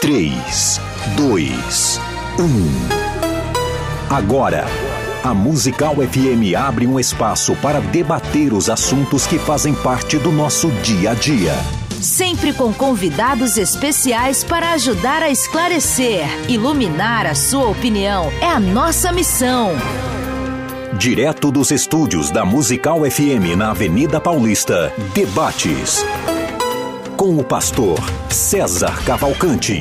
3, 2, 1. Agora, a Musical FM abre um espaço para debater os assuntos que fazem parte do nosso dia a dia. Sempre com convidados especiais para ajudar a esclarecer, iluminar a sua opinião. É a nossa missão. Direto dos estúdios da Musical FM na Avenida Paulista, debates com o pastor César Cavalcante.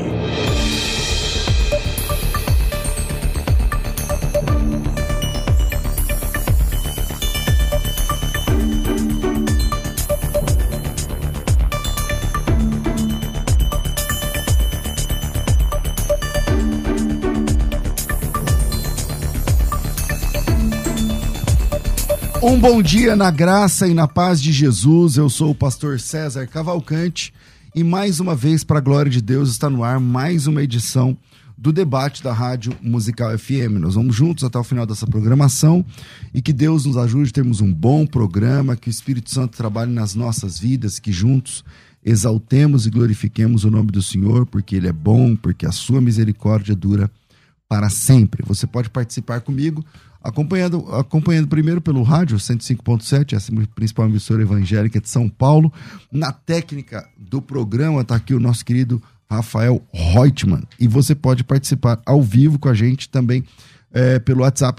Um bom dia na graça e na paz de Jesus. Eu sou o pastor César Cavalcante e mais uma vez, para a glória de Deus, está no ar mais uma edição do debate da Rádio Musical FM. Nós vamos juntos até o final dessa programação e que Deus nos ajude a termos um bom programa, que o Espírito Santo trabalhe nas nossas vidas, que juntos exaltemos e glorifiquemos o nome do Senhor, porque Ele é bom, porque a sua misericórdia dura para sempre. Você pode participar comigo acompanhando primeiro pelo rádio 105.7, a principal emissora evangélica de São Paulo. Na técnica do programa está aqui o nosso querido Rafael Reutemann, e você pode participar ao vivo com a gente também pelo WhatsApp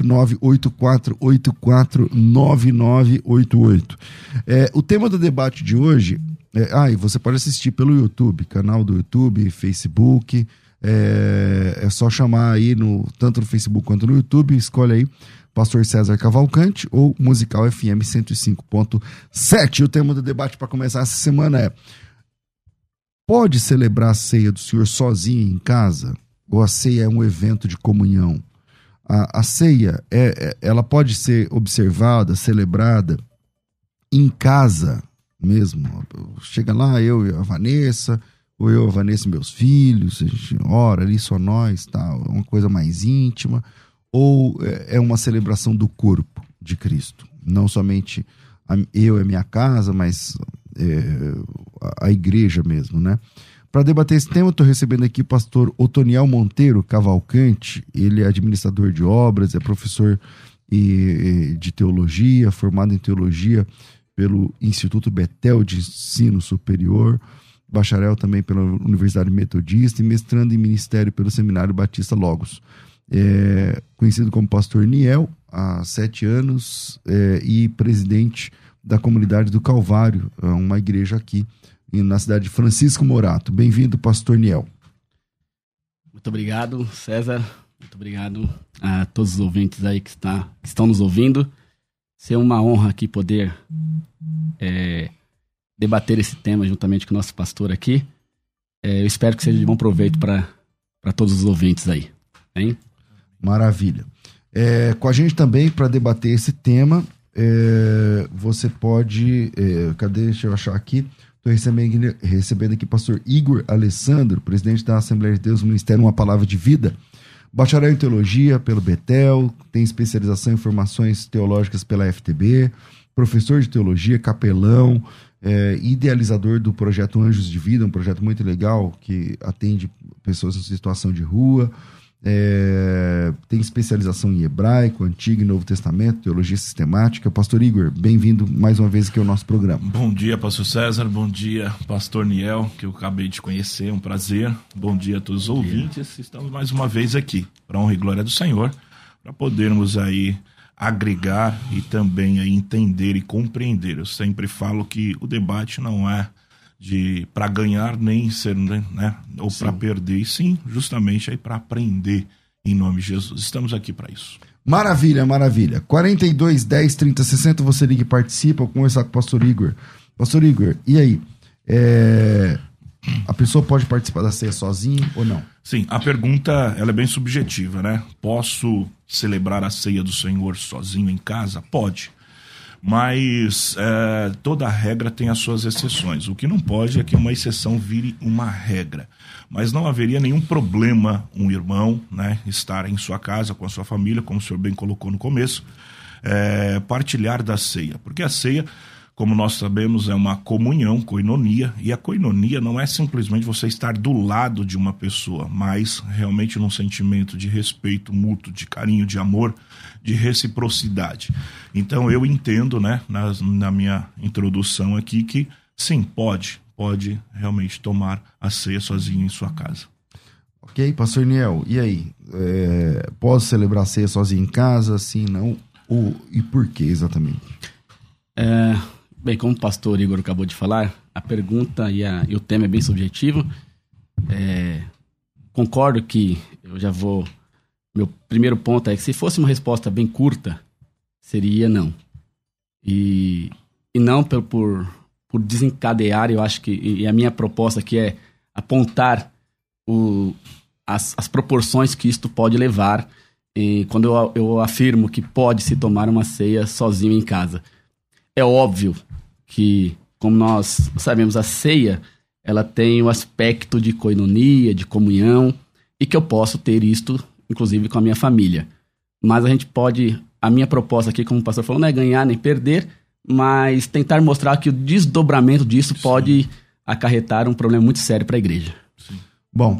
984849988. O tema do debate de hoje e você pode assistir pelo YouTube, canal do YouTube, Facebook. É só chamar aí tanto no Facebook quanto no YouTube, escolhe aí Pastor César Cavalcante ou Musical FM 105.7. O tema do debate para começar essa semana é: pode celebrar a ceia do Senhor sozinho em casa? Ou a ceia é um evento de comunhão? A ceia, ela pode ser observada, celebrada em casa mesmo. Chega lá, eu e a Vanessa, ou eu, a Vanessa e meus filhos, a gente ora ali, só nós, tá? Uma coisa mais íntima, ou é uma celebração do corpo de Cristo? Não somente eu e a minha casa, mas a igreja mesmo, né? Para debater esse tema, eu estou recebendo aqui o pastor Otoniel Monteiro Cavalcante. Ele é administrador de obras, é professor de teologia, formado em teologia pelo Instituto Betel de Ensino Superior, bacharel também pela Universidade Metodista e mestrando em ministério pelo Seminário Batista Logos. Conhecido como pastor Niel há 7 anos e presidente da comunidade do Calvário, uma igreja aqui na cidade de Francisco Morato. Bem-vindo, pastor Niel. Muito obrigado, César. Muito obrigado a todos os ouvintes aí que estão nos ouvindo. É uma honra aqui poder debater esse tema juntamente com o nosso pastor aqui. Eu espero que seja de bom proveito para todos os ouvintes aí. Hein? Maravilha. Com a gente também para debater esse tema, você pode... deixa eu achar aqui. Estou recebendo aqui o pastor Igor Alessandro, presidente da Assembleia de Deus, Ministério Uma Palavra de Vida, bacharel em teologia pelo Betel, tem especialização em formações teológicas pela FTB, professor de teologia, capelão, idealizador do projeto Anjos de Vida, um projeto muito legal que atende pessoas em situação de rua, tem especialização em hebraico, Antigo e Novo Testamento, teologia sistemática. Pastor Igor, bem-vindo mais uma vez aqui ao nosso programa. Bom dia, pastor César, bom dia, pastor Niel, que eu acabei de conhecer, um prazer. Bom dia a todos os ouvintes. Estamos mais uma vez aqui, para a honra e glória do Senhor, para podermos aí agregar e também aí entender e compreender. Eu sempre falo que o debate não é para ganhar nem ser, né, ou para perder, e sim justamente aí para aprender em nome de Jesus. Estamos aqui para isso. Maravilha, maravilha. 42 10 30 60, você liga e participa. Eu vou conversar com o pastor Igor. Pastor Igor, e aí? A pessoa pode participar da ceia sozinha ou não? Sim, a pergunta ela é bem subjetiva, né? Posso celebrar a ceia do Senhor sozinho em casa? Pode. Mas toda regra tem as suas exceções. O que não pode é que uma exceção vire uma regra. Mas não haveria nenhum problema um irmão, né, estar em sua casa com a sua família, como o senhor bem colocou no começo, partilhar da ceia. Porque a ceia, como nós sabemos, é uma comunhão, koinonia, e a koinonia não é simplesmente você estar do lado de uma pessoa, mas realmente num sentimento de respeito mútuo, de carinho, de amor, de reciprocidade. Então eu entendo, né, na minha introdução aqui, que sim, pode realmente tomar a ceia sozinho em sua casa. Ok, pastor Niel, e aí? Posso celebrar a ceia sozinho em casa, sim, não? E por que exatamente? Bem, como o pastor Igor acabou de falar, a pergunta e o tema é bem subjetivo. Concordo que meu primeiro ponto é que se fosse uma resposta bem curta, seria não. E não por desencadear, eu acho que e a minha proposta aqui é apontar as proporções que isto pode levar quando eu afirmo que pode se tomar uma ceia sozinho em casa. É óbvio que, como nós sabemos, a ceia ela tem o aspecto de koinonia, de comunhão, e que eu posso ter isto, inclusive, com a minha família. Mas a minha proposta aqui, como o pastor falou, não é ganhar nem perder, mas tentar mostrar que o desdobramento disso pode acarretar um problema muito sério para a igreja. Sim. Bom,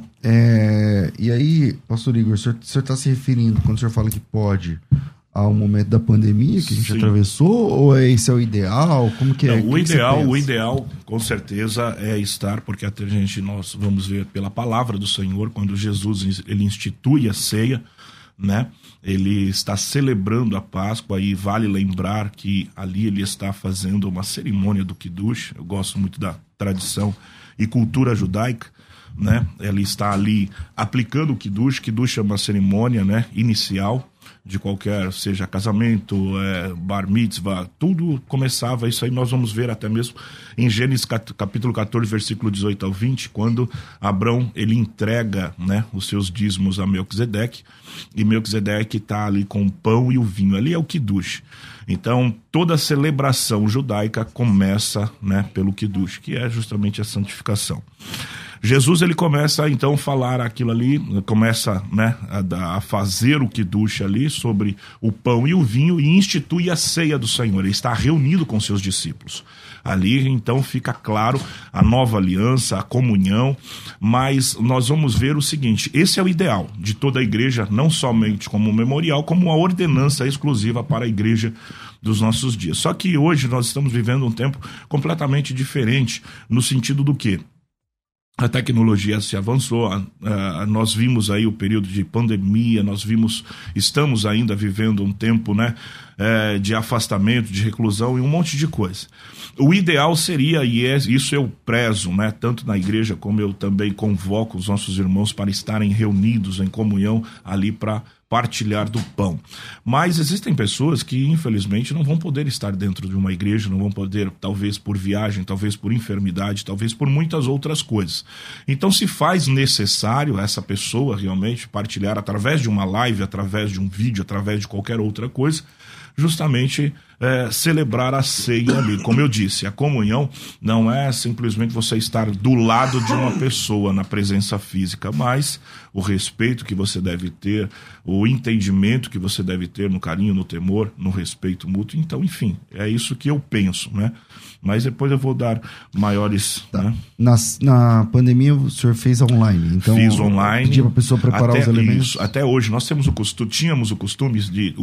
e aí, pastor Igor, o senhor está se referindo, quando o senhor fala que pode, ao momento da pandemia que a gente atravessou, ou esse é o ideal? Como que é? Não, o ideal, com certeza, é estar, porque até nós vamos ver pela palavra do Senhor, quando Jesus ele institui a ceia, né? Ele está celebrando a Páscoa, e vale lembrar que ali ele está fazendo uma cerimônia do Kiddush. Eu gosto muito da tradição e cultura judaica, né? Ele está ali aplicando o Kiddush. Kiddush é uma cerimônia, né, inicial de qualquer, seja casamento, bar mitzvah, tudo começava, isso aí nós vamos ver até mesmo em Gênesis capítulo 14, versículo 18 ao 20, quando Abrão, ele entrega, né, os seus dízimos a Melquisedeque, e Melquisedeque está ali com o pão e o vinho, ali é o Kiddush. Então, toda a celebração judaica começa, né, pelo Kiddush, que é justamente a santificação. Jesus, ele começa então a falar aquilo ali, começa, né, a fazer o Kiddush ali sobre o pão e o vinho, e institui a ceia do Senhor. Ele está reunido com seus discípulos. Ali então fica claro a nova aliança, a comunhão, mas nós vamos ver o seguinte: esse é o ideal de toda a igreja, não somente como um memorial, como uma ordenança exclusiva para a igreja dos nossos dias. Só que hoje nós estamos vivendo um tempo completamente diferente, no sentido do quê? A tecnologia se avançou, nós vimos aí o período de pandemia, estamos ainda vivendo um tempo, né, de afastamento, de reclusão e um monte de coisa. O ideal seria, isso eu prezo, né, tanto na igreja como eu também convoco os nossos irmãos para estarem reunidos em comunhão ali para partilhar do pão. Mas existem pessoas que, infelizmente, não vão poder estar dentro de uma igreja, não vão poder, talvez por viagem, talvez por enfermidade, talvez por muitas outras coisas. Então, se faz necessário essa pessoa realmente partilhar através de uma live, através de um vídeo, através de qualquer outra coisa, justamente celebrar a ceia ali. Como eu disse, a comunhão não é simplesmente você estar do lado de uma pessoa na presença física, mas o respeito que você deve ter, o entendimento que você deve ter no carinho, no temor, no respeito mútuo. Então, enfim, é isso que eu penso, né? Mas depois eu vou dar maiores... Tá. Né? Na pandemia o senhor fez online, então... Fiz online. Pedia para a pessoa preparar os elementos. Isso, até hoje nós tínhamos o costume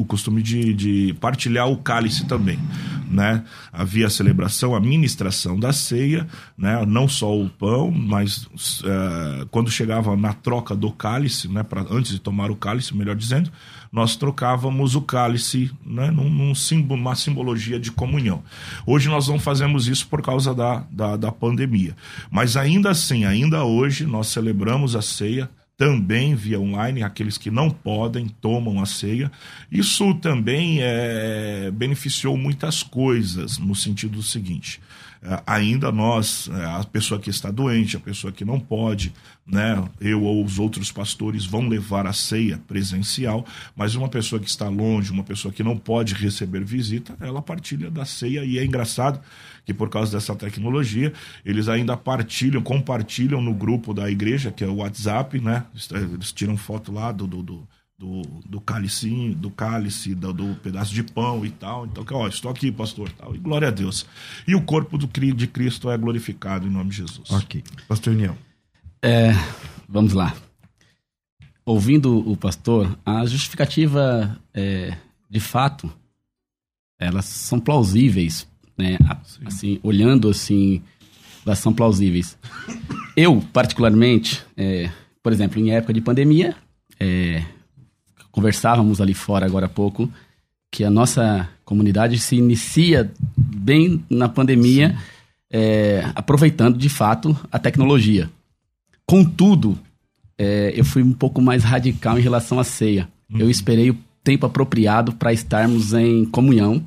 de partilhar o cálice também, né? Havia a celebração, a ministração da ceia, né? Não só o pão, mas quando chegava na troca do cálice, né? Antes de tomar o cálice, melhor dizendo, nós trocávamos o cálice, né? Numa simbologia de comunhão. Hoje nós não fazemos isso por causa da pandemia, mas ainda assim, ainda hoje nós celebramos a ceia também via online. Aqueles que não podem tomam a ceia. Isso também beneficiou muitas coisas, no sentido do seguinte: ainda nós, a pessoa que está doente, a pessoa que não pode, né, eu ou os outros pastores vão levar a ceia presencial, mas uma pessoa que está longe, uma pessoa que não pode receber visita, ela partilha da ceia. E é engraçado que, por causa dessa tecnologia, eles ainda compartilham no grupo da igreja, que é o WhatsApp, né? Eles tiram foto lá do do cálice, do pedaço de pão e tal. Então, ó, estou aqui, pastor, tal, e glória a Deus. E o corpo de Cristo é glorificado em nome de Jesus. Ok. Pastor Niel. Vamos lá. Ouvindo o pastor, a justificativa, de fato, elas são plausíveis, né? Assim, olhando assim, elas são plausíveis. Eu, particularmente, por exemplo, em época de pandemia, conversávamos ali fora agora há pouco, que a nossa comunidade se inicia bem na pandemia, aproveitando de fato a tecnologia. Contudo, eu fui um pouco mais radical em relação à ceia. Eu esperei o tempo apropriado para estarmos em comunhão,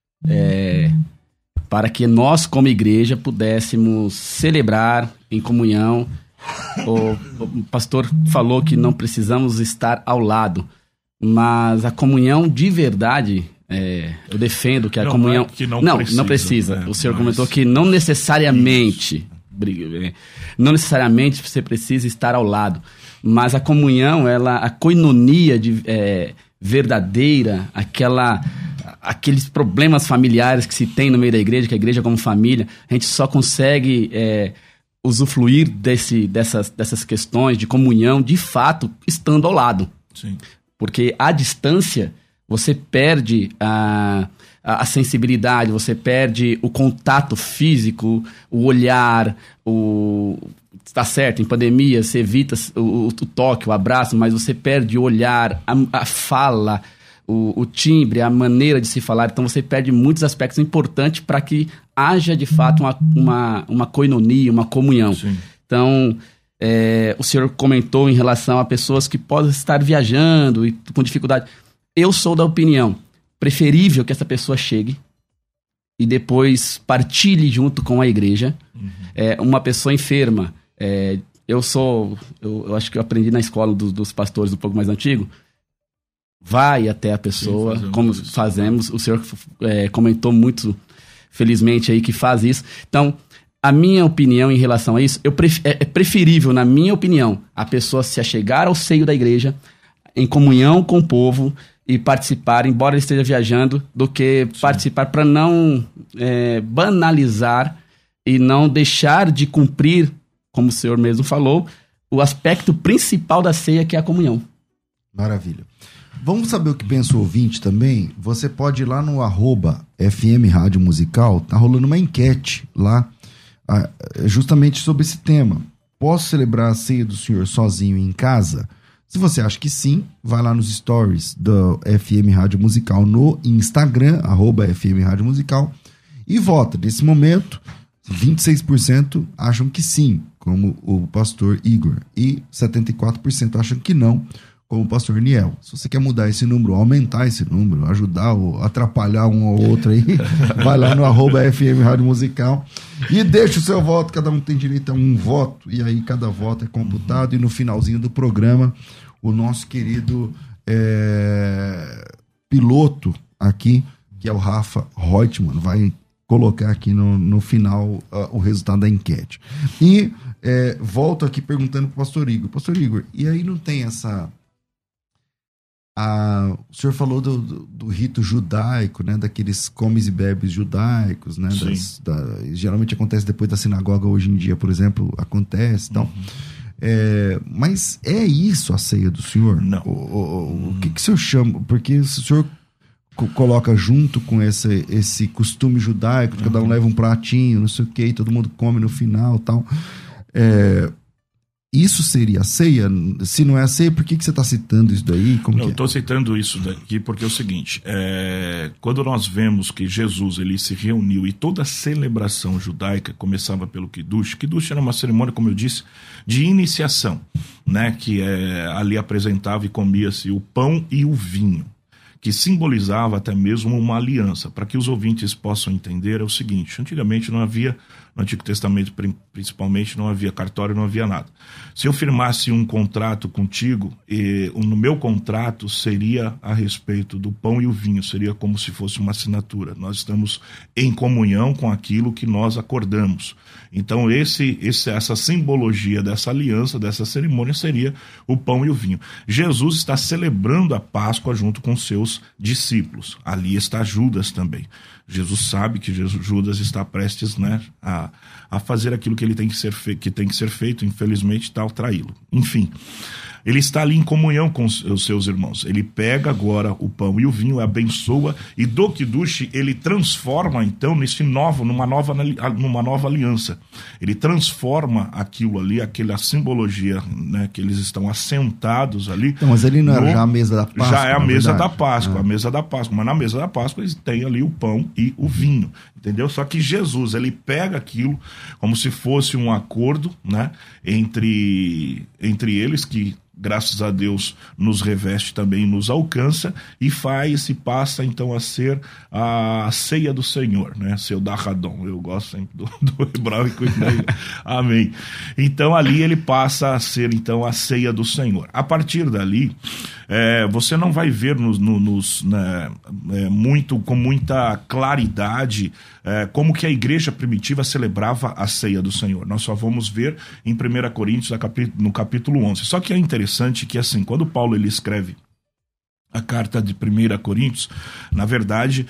para que nós, como igreja, pudéssemos celebrar em comunhão. O pastor falou que não precisamos estar ao lado, mas a comunhão de verdade, eu defendo que a comunhão... Não precisa. O senhor comentou que não necessariamente... Não necessariamente você precisa estar ao lado, mas a comunhão, a coinonia verdadeira, aqueles problemas familiares que se tem no meio da igreja, que a igreja como família, a gente só consegue usufruir dessas questões de comunhão, de fato, estando ao lado. Sim. Porque à distância, você perde a sensibilidade, você perde o contato físico, o olhar, tá certo, em pandemia você evita o toque, o abraço, mas você perde o olhar, a fala, o timbre, a maneira de se falar. Então você perde muitos aspectos importantes para que haja de fato uma coinonia, uma comunhão. Sim. Então, o senhor comentou em relação a pessoas que podem estar viajando e com dificuldade. Eu sou da opinião preferível que essa pessoa chegue e depois partilhe junto com a igreja. Uma pessoa enferma. Eu acho que eu aprendi na escola dos pastores um pouco mais antigo. Vai até a pessoa, como fazemos. O senhor comentou muito felizmente aí que faz isso. Então, a minha opinião em relação a isso, é preferível, na minha opinião, a pessoa se achegar ao seio da igreja, em comunhão com o povo, e participar, embora ele esteja viajando, do que participar para não banalizar e não deixar de cumprir, como o senhor mesmo falou, o aspecto principal da ceia, que é a comunhão. Maravilha. Vamos saber o que pensa o ouvinte também? Você pode ir lá no @FM Rádio Musical, tá rolando uma enquete lá, justamente sobre esse tema. Posso celebrar a ceia do senhor sozinho em casa? Se você acha que sim, vai lá nos stories do FM Rádio Musical no Instagram, @FM Rádio Musical, e vota. Nesse momento, 26% acham que sim, como o pastor Igor, e 74% acham que não, como o pastor Niel. Se você quer mudar esse número, aumentar esse número, ajudar ou atrapalhar um ou outro aí, vai lá no @FM Rádio Musical e deixa o seu voto. Cada um tem direito a um voto, e aí cada voto é computado, e no finalzinho do programa, o nosso querido piloto aqui, que é o Rafa Reutemann, vai colocar aqui no final o resultado da enquete. E volto aqui perguntando pro pastor Igor. Pastor Igor, e aí não tem essa... o senhor falou do rito judaico, né? Daqueles comes e bebes judaicos, né? Geralmente acontece depois da sinagoga hoje em dia, por exemplo, acontece e tal. Mas é isso a ceia do senhor? Não. O que o senhor chama? Porque se o senhor coloca junto com esse costume judaico, cada um leva um pratinho, não sei o que, e todo mundo come no final e tal. Isso seria a ceia? Se não é a ceia, por que você está citando isso daí? Eu estou citando isso daqui porque é o seguinte, quando nós vemos que Jesus ele se reuniu e toda a celebração judaica começava pelo Kiddush. Kiddush era uma cerimônia, como eu disse, de iniciação, né? Que ali apresentava e comia-se o pão e o vinho, que simbolizava até mesmo uma aliança. Para que os ouvintes possam entender, é o seguinte: antigamente não havia No Antigo Testamento, principalmente, não havia cartório, não havia nada. Se eu firmasse um contrato contigo, no meu contrato seria a respeito do pão e o vinho, seria como se fosse uma assinatura. Nós estamos em comunhão com aquilo que nós acordamos. Então, essa simbologia dessa aliança, dessa cerimônia, seria o pão e o vinho. Jesus está celebrando a Páscoa junto com seus discípulos. Ali está Judas também. Jesus sabe que Judas está prestes, né, a fazer aquilo que ele tem que ser feito, infelizmente, tal, traí-lo. Enfim, ele está ali em comunhão com os seus irmãos. Ele pega agora o pão e o vinho, abençoa, e do Kiddush ele transforma, então, numa nova aliança. Ele transforma aquilo ali, aquela simbologia, né, que eles estão assentados ali. Então, mas ele não era já a mesa da Páscoa? Já é a mesa da Páscoa, a mesa da Páscoa. Mas na mesa da Páscoa eles têm ali o pão e o vinho, entendeu? Só que Jesus, ele pega aquilo como se fosse um acordo, né, entre eles, que graças a Deus nos reveste também, nos alcança, e passa então a ser a ceia do Senhor, né? Seu Dahadon, eu gosto sempre do hebraico, amém. Então ali ele passa a ser então a ceia do Senhor. A partir dali, você não vai ver com muita claridade como que a igreja primitiva celebrava a ceia do Senhor. Nós só vamos ver em 1 Coríntios, no capítulo 11. Só que é interessante que, assim, quando Paulo ele escreve a carta de 1 Coríntios, na verdade,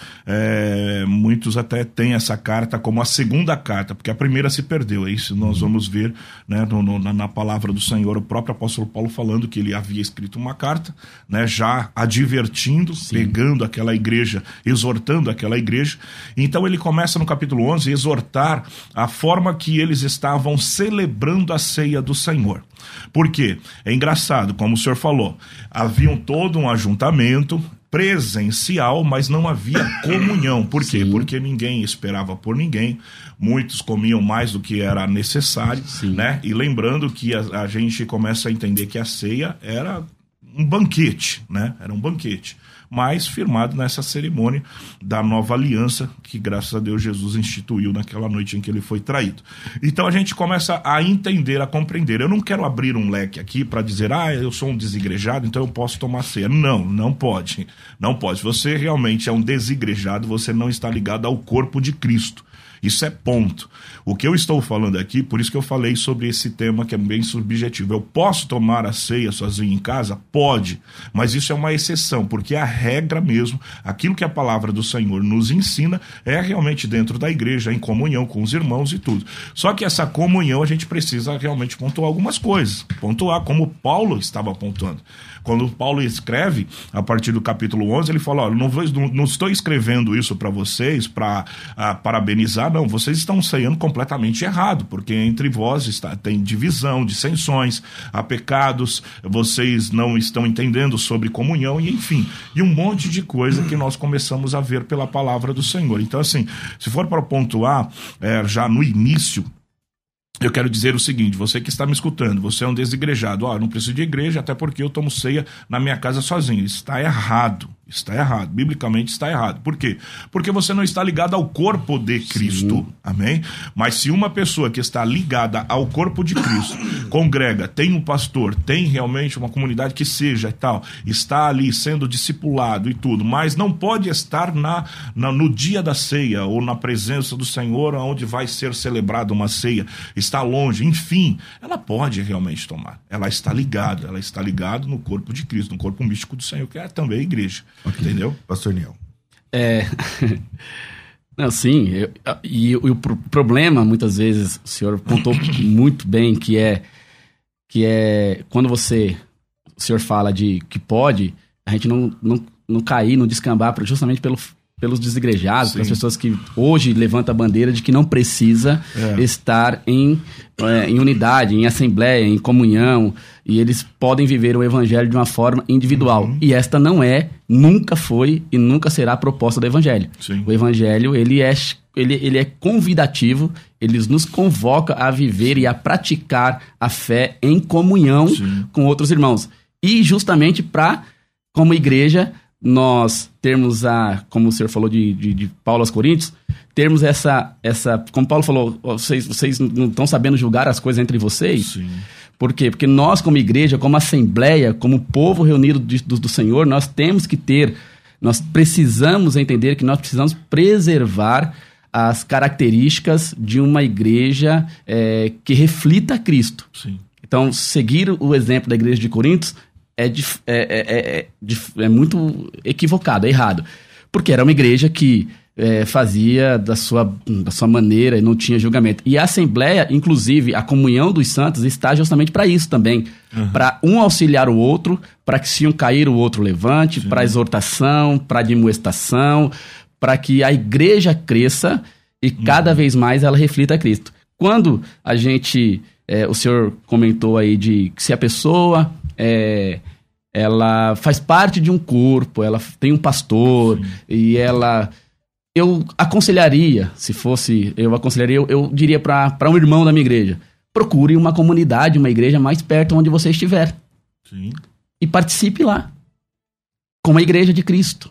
muitos até têm essa carta como a segunda carta, porque a primeira se perdeu. É isso nós vamos ver, né, na palavra do Senhor, o próprio apóstolo Paulo falando que ele havia escrito uma carta, né, já advertindo, pegando aquela igreja, exortando aquela igreja. Então ele começa no capítulo 11 a exortar a forma que eles estavam celebrando a ceia do Senhor. Por quê? É engraçado, como o senhor falou, havia todo um ajuntamento presencial, mas não havia comunhão. Por quê? Sim. Porque ninguém esperava por ninguém, muitos comiam mais do que era necessário, né? E lembrando que a gente começa a entender que a ceia era um banquete, né? Era um banquete, mas firmado nessa cerimônia da nova aliança que, graças a Deus, Jesus instituiu naquela noite em que ele foi traído. Então a gente começa a entender, a compreender. Eu não quero abrir um leque aqui para dizer, eu sou um desigrejado, então eu posso tomar ceia. Não pode. Não pode. Se você realmente é um desigrejado, você não está ligado ao corpo de Cristo. Isso é ponto. O que eu estou falando aqui, por isso que eu falei sobre esse tema que é bem subjetivo. Eu posso tomar a ceia sozinho em casa? Pode, mas isso é uma exceção, porque a regra mesmo, aquilo que a palavra do Senhor nos ensina, é realmente dentro da igreja, em comunhão com os irmãos e tudo. Só que essa comunhão a gente precisa realmente pontuar algumas coisas. Pontuar, como Paulo estava pontuando. Quando Paulo escreve, a partir do capítulo 11, ele fala, não estou escrevendo isso para vocês, para parabenizar, não, vocês estão ceiando completamente errado, porque entre vós tem divisão, dissensões, há pecados, vocês não estão entendendo sobre comunhão, e enfim, e um monte de coisa que nós começamos a ver pela palavra do Senhor. Então, assim, se for para pontuar, já no início, eu quero dizer o seguinte, você que está me escutando, você é um desigrejado, eu não preciso de igreja, até porque eu tomo ceia na minha casa sozinho. Está errado, biblicamente está errado. Por quê? Porque você não está ligado ao corpo de Cristo, sim, amém? Mas se uma pessoa que está ligada ao corpo de Cristo, congrega, tem um pastor, tem realmente uma comunidade que seja e tal, está ali sendo discipulado e tudo, mas não pode estar no dia da ceia ou na presença do Senhor, onde vai ser celebrada uma ceia, está longe, enfim, ela pode realmente tomar. Ela está ligada no corpo de Cristo, no corpo místico do Senhor, que é também a igreja. Okay. Entendeu? Pastor Niel. Não, sim, o problema, muitas vezes, o senhor contou muito bem, que é quando o senhor fala de que pode, a gente não cair, não descambar, justamente pelos desigrejados, pelas pessoas que hoje levantam a bandeira de que não precisa estar em unidade, em assembleia, em comunhão, e eles podem viver o evangelho de uma forma individual. Uhum. E esta não nunca foi e nunca será a proposta do evangelho. Sim. O evangelho, ele é convidativo, ele nos convoca a viver e a praticar a fé em comunhão, sim, com outros irmãos. E justamente como igreja, nós termos como o senhor falou de Paulo aos Coríntios, termos essa... Como Paulo falou, vocês não estão sabendo julgar as coisas entre vocês? Sim. Por quê? Porque nós, como igreja, como assembleia, como povo reunido do Senhor, nós temos que nós precisamos entender que nós precisamos preservar as características de uma igreja que reflita Cristo. Sim. Então, seguir o exemplo da igreja de Corinto é muito equivocado, é errado. Porque era uma igreja que fazia da sua maneira e não tinha julgamento. E a Assembleia, inclusive, a comunhão dos santos está justamente para isso também. Para um auxiliar o outro, para que se um cair o outro levante, para exortação, para admoestação, para que a igreja cresça e cada vez mais ela reflita Cristo. Quando a gente... o senhor comentou aí de que se a pessoa... ela faz parte de um corpo, ela tem um pastor, e ela... Eu aconselharia, eu diria para um irmão da minha igreja, procure uma comunidade, uma igreja mais perto onde você estiver. Sim. E participe lá, como a igreja de Cristo.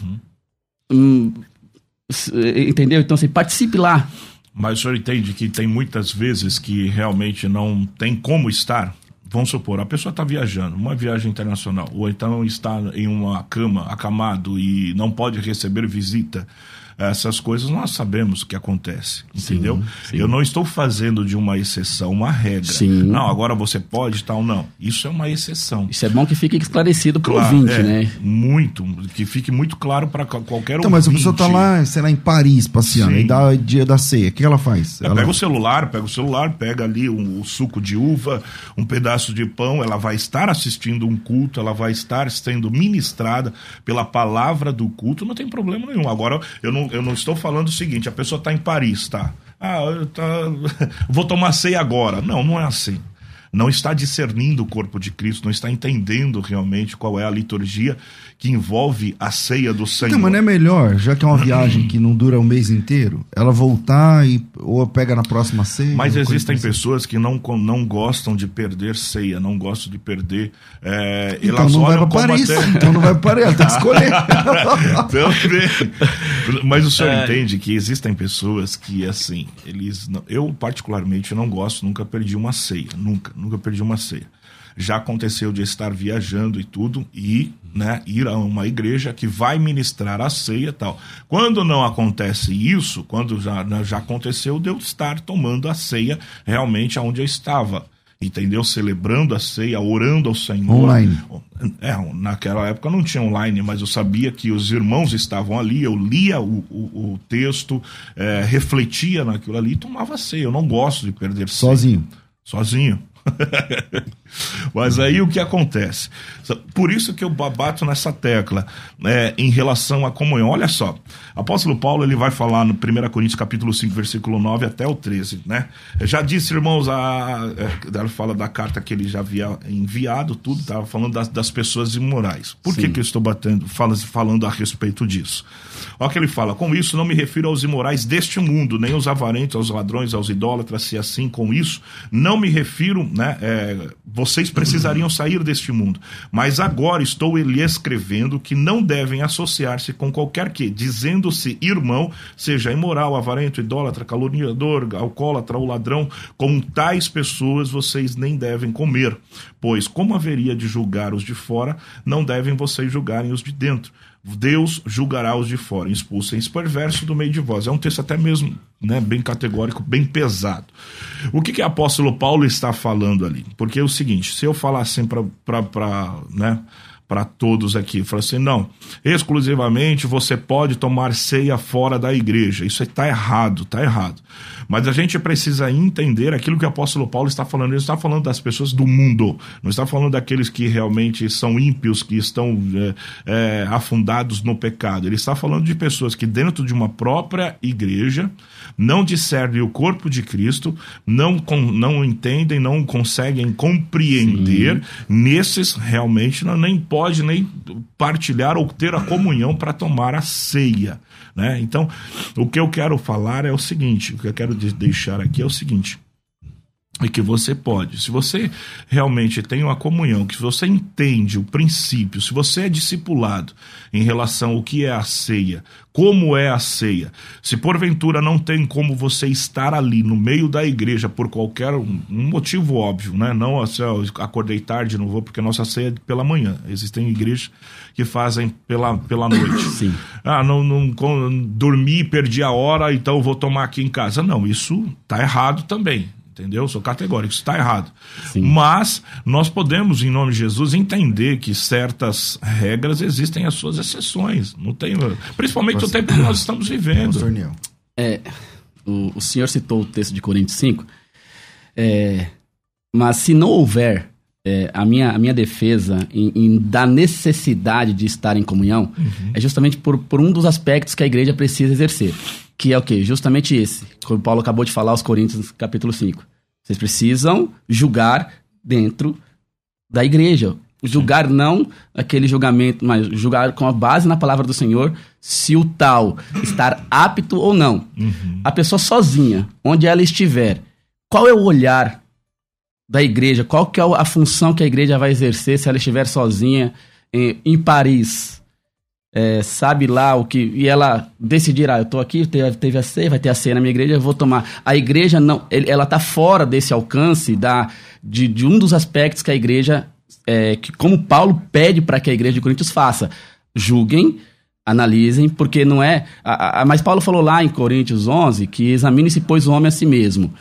Entendeu? Então, assim, participe lá. Mas o senhor entende que tem muitas vezes que realmente não tem como estar? Vamos supor, a pessoa está viajando, uma viagem internacional, ou então está em uma cama, acamado, e não pode receber visita. Essas coisas nós sabemos que acontece, entendeu? Sim. Eu não estou fazendo de uma exceção uma regra. Sim. Não, agora você pode, tal, não. Isso é uma exceção. Isso é bom que fique esclarecido para o ouvinte, né? Muito, que fique muito claro para qualquer então, ouvinte. Mas a pessoa está lá, sei lá, em Paris, passeando, e dá o dia da ceia, o que ela faz? Pega o celular, pega ali o suco de uva, um pedaço de pão, ela vai estar assistindo um culto, ela vai estar sendo ministrada pela palavra do culto, não tem problema nenhum. Agora, eu não estou falando o seguinte, a pessoa está em Paris, tá? Vou tomar ceia agora. Não é assim. Não está discernindo o corpo de Cristo, não está entendendo realmente qual é a liturgia que envolve a ceia do Senhor. Então, mas não é melhor, já que é uma viagem que não dura um mês inteiro, ela voltar ou pega na próxima ceia? Mas existem pessoas que não gostam de perder ceia, não gostam de perder... então elas não vai para Paris, então não vai para Paris, ela tem que escolher. Mas o senhor entende que existem pessoas que, assim, eu particularmente não gosto, nunca perdi uma ceia, nunca perdi uma ceia. Já aconteceu de estar viajando e tudo e ir a uma igreja que vai ministrar a ceia e tal. Quando não acontece isso, quando já aconteceu de eu estar tomando a ceia realmente onde eu estava, entendeu? Celebrando a ceia, orando ao Senhor. Online. Naquela época não tinha online, mas eu sabia que os irmãos estavam ali, eu lia o texto, refletia naquilo ali e tomava a ceia. Eu não gosto de perder ceia. Sozinho. Mas aí o que acontece? Por isso que eu bato nessa tecla em relação à comunhão. Olha só, apóstolo Paulo ele vai falar no 1 Coríntios capítulo 5, versículo 9 até o 13, né? Já disse, irmãos, ele fala da carta que ele já havia enviado, tudo, estava falando das pessoas imorais. Por que eu estou falando a respeito disso? Olha o que ele fala: com isso não me refiro aos imorais deste mundo, nem aos avarentos, aos ladrões, aos idólatras, se assim com isso não me refiro, né? Vocês precisariam sair deste mundo, mas agora estou lhe escrevendo que não devem associar-se com qualquer que, dizendo-se irmão, seja imoral, avarento, idólatra, caluniador, alcoólatra ou ladrão, com tais pessoas vocês nem devem comer, pois como haveria de julgar os de fora, não devem vocês julgarem os de dentro. Deus julgará os de fora, expulsem esse perverso do meio de vós. É um texto até mesmo, né, bem categórico, bem pesado. O que o apóstolo Paulo está falando ali? Porque é o seguinte, se eu falar assim para todos aqui, eu falo assim, não, exclusivamente você pode tomar ceia fora da igreja, isso está errado, mas a gente precisa entender aquilo que o apóstolo Paulo está falando. Ele está falando das pessoas do mundo, não está falando daqueles que realmente são ímpios, que estão afundados no pecado. Ele está falando de pessoas que dentro de uma própria igreja não discernem o corpo de Cristo, não entendem, não conseguem compreender. Nesses realmente nem pode nem partilhar ou ter a comunhão para tomar a ceia, né? Então, o que eu quero falar é o seguinte, o que eu quero deixar aqui é o seguinte: E que você pode, se você realmente tem uma comunhão, que você entende o princípio, se você é discipulado em relação ao que é a ceia, como é a ceia, se porventura não tem como você estar ali no meio da igreja por qualquer um motivo óbvio, né? Não assim, acordei tarde, não vou porque nossa ceia é pela manhã, existem igrejas que fazem pela noite. Sim. Não dormi, perdi a hora, então vou tomar aqui em casa. Não, isso tá errado também. Entendeu? Sou categórico, isso está errado. Sim. Mas nós podemos, em nome de Jesus, entender que certas regras existem as suas exceções. Não tem, principalmente no tempo que nós estamos vivendo. O senhor citou o texto de Coríntios 5, mas se não houver a minha defesa da necessidade de estar em comunhão, é justamente por um dos aspectos que a igreja precisa exercer. Que é o quê? Justamente esse. Como Paulo acabou de falar aos Coríntios, capítulo 5. Vocês precisam julgar dentro da igreja. Julgar não aquele julgamento, mas julgar com a base na palavra do Senhor, se o tal estar apto ou não. A pessoa sozinha, onde ela estiver, qual é o olhar da igreja? Qual que é a função que a igreja vai exercer se ela estiver sozinha em Paris? Sabe lá o que... E ela decidir, eu tô aqui, teve a ceia, vai ter a ceia na minha igreja, eu vou tomar. A igreja não... Ela tá fora desse alcance de um dos aspectos que a igreja... que como Paulo pede para que a igreja de Coríntios faça. Julguem, analisem, porque não é... mas Paulo falou lá em Coríntios 11 que examine-se, pois, o homem a si mesmo.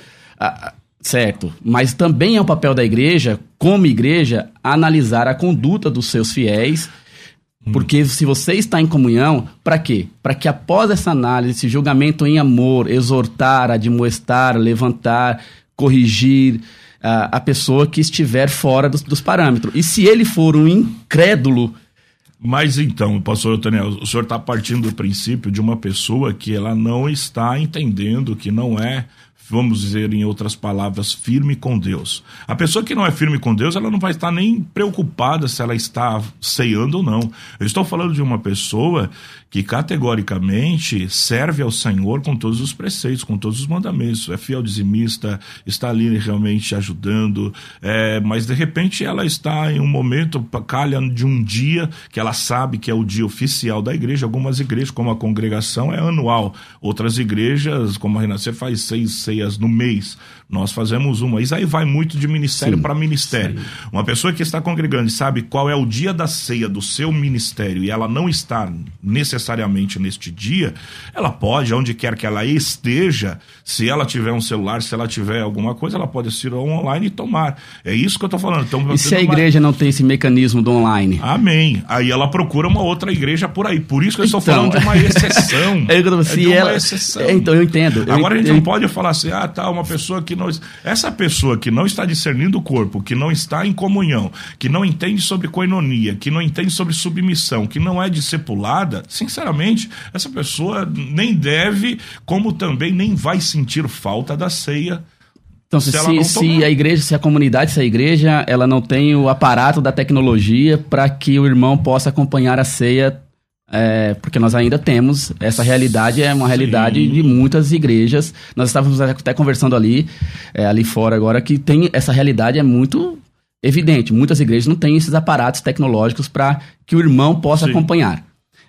Certo. Mas também é o papel da igreja, como igreja, analisar a conduta dos seus fiéis. Porque se você está em comunhão, para quê? Para que após essa análise, esse julgamento em amor, exortar, admoestar, levantar, corrigir a pessoa que estiver fora dos parâmetros. E se ele for um incrédulo... Mas então, pastor Otaniel, o senhor está partindo do princípio de uma pessoa que ela não está entendendo, que não é, vamos dizer em outras palavras, firme com Deus. A pessoa que não é firme com Deus, ela não vai estar nem preocupada se ela está ceando ou não. Eu estou falando de uma pessoa que categoricamente serve ao Senhor com todos os preceitos, com todos os mandamentos, é fiel dizimista, está ali realmente ajudando, mas de repente ela está em um momento, calha de um dia que ela sabe que é o dia oficial da igreja. Algumas igrejas, como a congregação, é anual, outras igrejas, como a Renascer, faz 6 ceias no mês, nós fazemos uma. Isso aí vai muito de ministério para ministério. Sim. Uma pessoa que está congregando e sabe qual é o dia da ceia do seu ministério e ela não está necessariamente neste dia, ela pode, onde quer que ela esteja, se ela tiver um celular, se ela tiver alguma coisa, ela pode assistir online e tomar. É isso que eu estou falando. Então, e se a igreja não tem esse mecanismo do online? Amém. Aí ela procura uma outra igreja por aí. Por isso que eu estou falando de uma exceção. Uma exceção. Então, eu entendo. Agora a gente não pode falar assim, uma pessoa que não... Essa pessoa que não está discernindo o corpo, que não está em comunhão, que não entende sobre koinonia, que não entende sobre submissão, que não é discipulada, sinceramente, essa pessoa nem deve, como também nem vai sentir falta da ceia. Então, se a igreja, se a comunidade, se a igreja, ela não tem o aparato da tecnologia para que o irmão possa acompanhar a ceia, porque nós ainda temos, essa realidade é uma realidade de muitas igrejas. Nós estávamos até conversando ali fora agora, que tem essa realidade é muito evidente. Muitas igrejas não têm esses aparatos tecnológicos para que o irmão possa acompanhar.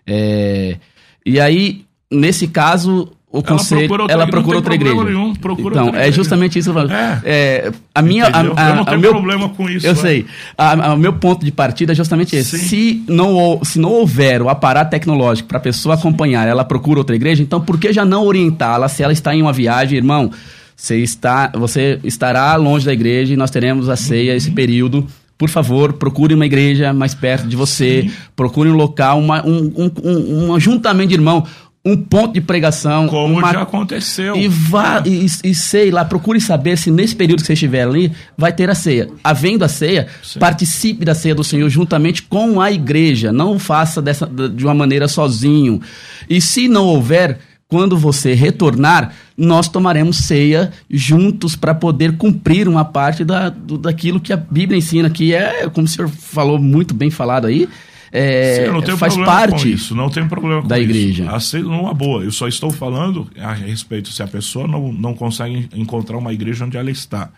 E aí, nesse caso... Ela procura outra igreja. Então, é justamente isso que eu falo. Eu não tenho problema com isso. Eu sei. O meu ponto de partida é justamente esse. Se não houver o aparato tecnológico para a pessoa acompanhar, ela procura outra igreja, então por que já não orientá-la se ela está em uma viagem, irmão? Você estará longe da igreja e nós teremos a ceia esse período. Por favor, procure uma igreja mais perto de você. Procure um local, um ajuntamento de irmão. Um ponto de pregação. Como já aconteceu. E sei lá, procure saber se nesse período que você estiver ali, vai ter a ceia. Havendo a ceia, participe da ceia do Senhor juntamente com a igreja. Não faça de uma maneira sozinho. E se não houver, quando você retornar, nós tomaremos ceia juntos para poder cumprir uma parte daquilo que a Bíblia ensina, que é, como o senhor falou, muito bem falado aí, eu não tenho faz problema parte com isso, não tem problema com da igreja. Aceito numa boa. Eu só estou falando a respeito se a pessoa não consegue encontrar uma igreja onde ela está.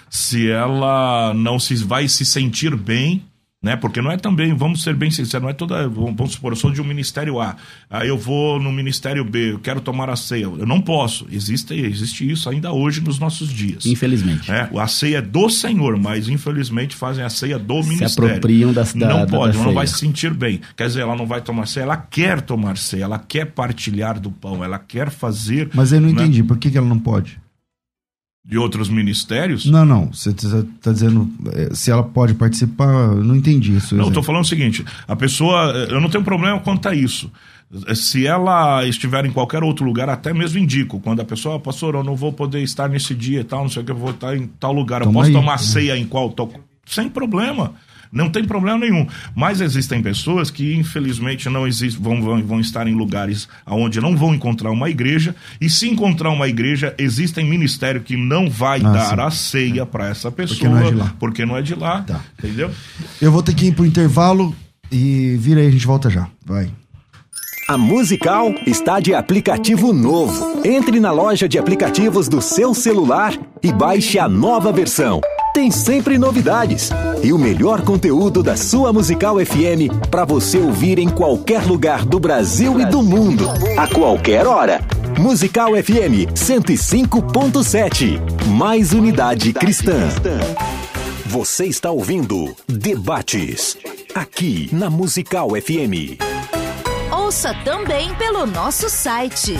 se ela não vai se sentir bem, né? Porque não é também, vamos ser bem sinceros, não é toda, vamos supor, eu sou de um ministério A, aí eu vou no ministério B, eu quero tomar a ceia, eu não posso, existe isso ainda hoje nos nossos dias. Infelizmente. A ceia é do Senhor, mas infelizmente fazem a ceia do ministério. Se apropriam não pode, ela não vai se sentir bem, quer dizer, ela não vai tomar ceia, ela quer tomar ceia, ela quer partilhar do pão, ela quer fazer... Mas eu não entendi, por que ela não pode? De outros ministérios? Não, você está dizendo se ela pode participar, eu não entendi isso. Não, eu estou falando o seguinte, a pessoa, eu não tenho problema quanto a isso. Se ela estiver em qualquer outro lugar, até mesmo indico, quando a pessoa, pastor, eu não vou poder estar nesse dia e tal, não sei o que, eu vou estar em tal lugar, eu posso tomar ceia em qual? Sem problema. Não tem problema nenhum. Mas existem pessoas que, infelizmente, não existem, vão estar em lugares onde não vão encontrar uma igreja. E se encontrar uma igreja, existem ministérios que não vai dar a ceia para essa pessoa. Porque não é de lá. Tá. Entendeu? Eu vou ter que ir pro intervalo e vira aí, a gente volta já. Vai. A Musical está de aplicativo novo. Entre na loja de aplicativos do seu celular e baixe a nova versão. Tem sempre novidades e o melhor conteúdo da sua Musical FM para você ouvir em qualquer lugar do Brasil e do mundo, a qualquer hora. Musical FM 105.7, mais unidade cristã. Você está ouvindo Debates, aqui na Musical FM. Ouça também pelo nosso site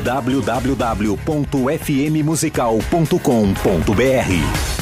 www.fmmusical.com.br.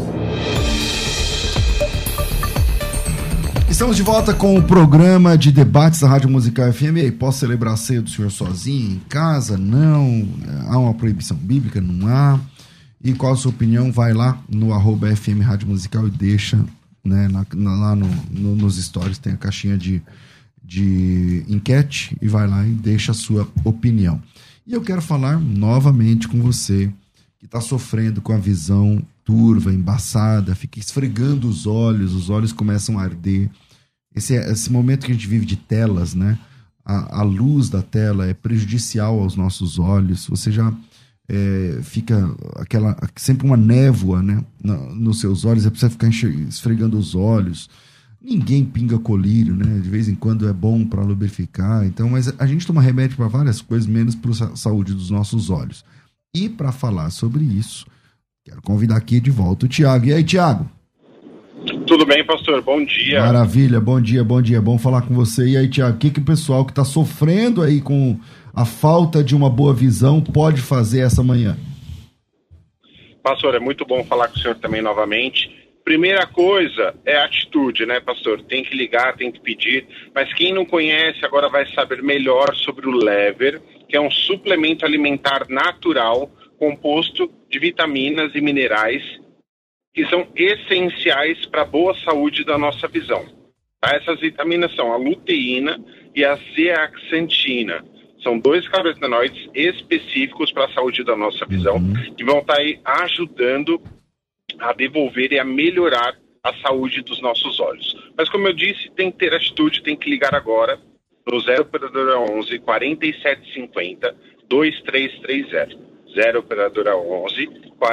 Estamos de volta com o programa de debates da Rádio Musical FM. E aí, posso celebrar a ceia do senhor sozinho, em casa? Não. Há uma proibição bíblica? Não há. E qual a sua opinião? Vai lá no @FM Rádio Musical e deixa, né, lá nos stories, tem a caixinha de enquete, e vai lá e deixa a sua opinião. E eu quero falar novamente com você que está sofrendo com a visão turva, embaçada, fica esfregando os olhos começam a arder. Esse momento que a gente vive de telas, né? A luz da tela é prejudicial aos nossos olhos. Você já fica sempre uma névoa, né, nos seus olhos, é preciso ficar esfregando os olhos. Ninguém pinga colírio, né? De vez em quando é bom para lubrificar. Então, mas a gente toma remédio para várias coisas, menos para a saúde dos nossos olhos. E para falar sobre isso, quero convidar aqui de volta o Tiago. E aí, Tiago? Tudo bem, pastor? Bom dia. Maravilha, bom dia. Bom falar com você. E aí, Tiago, o que o pessoal que está sofrendo aí com a falta de uma boa visão pode fazer essa manhã? Pastor, é muito bom falar com o senhor também novamente. Primeira coisa é atitude, né, pastor? Tem que ligar, tem que pedir. Mas quem não conhece agora vai saber melhor sobre o Lever, que é um suplemento alimentar natural composto de vitaminas e minerais que são essenciais para a boa saúde da nossa visão. Tá? Essas vitaminas são a luteína e a zeaxantina. São 2 carotenoides específicos para a saúde da nossa visão, que vão estar aí ajudando a devolver e a melhorar a saúde dos nossos olhos. Mas como eu disse, tem que ter atitude, tem que ligar agora no 0 operadora 11 4750 2330. 0 operadora 11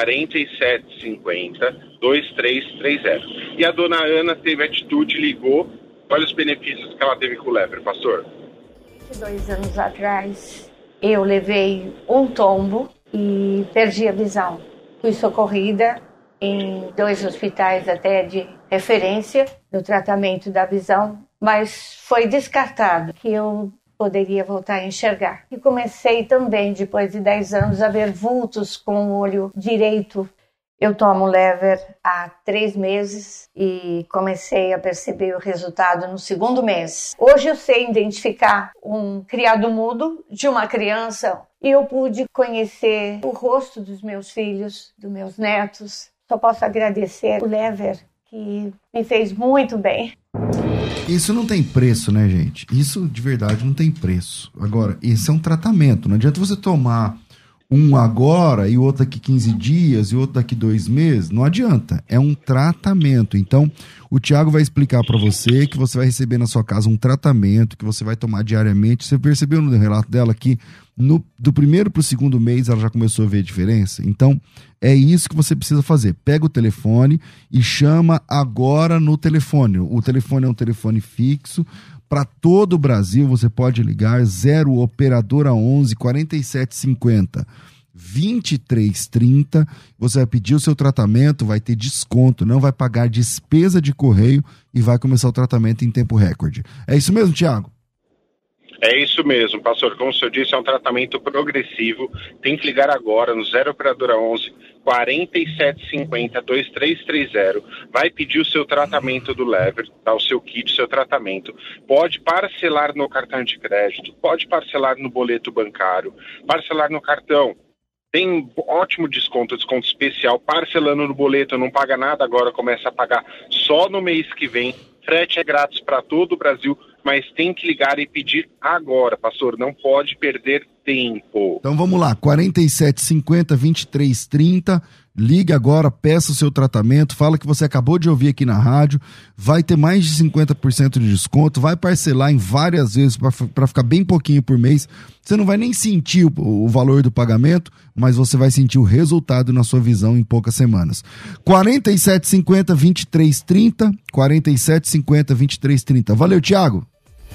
4750 2330. E a dona Ana teve atitude, ligou. Olha os benefícios que ela teve com o Lever, pastor. 2 anos atrás, eu levei um tombo e perdi a visão. Fui socorrida em 2 hospitais até de referência no tratamento da visão, mas foi descartado que eu poderia voltar a enxergar. E comecei também, depois de 10 anos, a ver vultos com o olho direito. Eu tomo Lever há 3 meses e comecei a perceber o resultado no 2º mês. Hoje eu sei identificar um criado mudo de uma criança e eu pude conhecer o rosto dos meus filhos, dos meus netos. Só posso agradecer o Lever, que me fez muito bem. Isso não tem preço, né, gente? Isso, de verdade, não tem preço. Agora, esse é um tratamento. Não adianta você tomar um agora e o outro daqui 15 dias e o outro daqui 2 meses, não adianta. É um tratamento. Então, o Thiago vai explicar para você que você vai receber na sua casa um tratamento que você vai tomar diariamente. Você percebeu no relato dela que do primeiro para o segundo mês ela já começou a ver a diferença? Então, é isso que você precisa fazer. Pega o telefone e chama agora no telefone. O telefone é um telefone fixo. Para todo o Brasil, você pode ligar 0 operadora 11 4750 2330. Você vai pedir o seu tratamento, vai ter desconto, não vai pagar despesa de correio e vai começar o tratamento em tempo recorde. É isso mesmo, Thiago? É isso mesmo, pastor. Como o senhor disse, é um tratamento progressivo. Tem que ligar agora no 0 operadora 11 4750 2330. Vai pedir o seu tratamento do Lever, tá? O seu kit, o seu tratamento. Pode parcelar no cartão de crédito, pode parcelar no boleto bancário, parcelar no cartão. Tem ótimo desconto especial. Parcelando no boleto, não paga nada agora, começa a pagar só no mês que vem. Frete é grátis para todo o Brasil, mas tem que ligar e pedir agora, pastor. Não pode perder tempo. Então vamos lá, 4750 2330. Liga agora, peça o seu tratamento, fala que você acabou de ouvir aqui na rádio, vai ter mais de 50% de desconto, vai parcelar em várias vezes para ficar bem pouquinho por mês. Você não vai nem sentir o valor do pagamento, mas você vai sentir o resultado na sua visão em poucas semanas. 4750 2330, 4750 2330. Valeu, Thiago!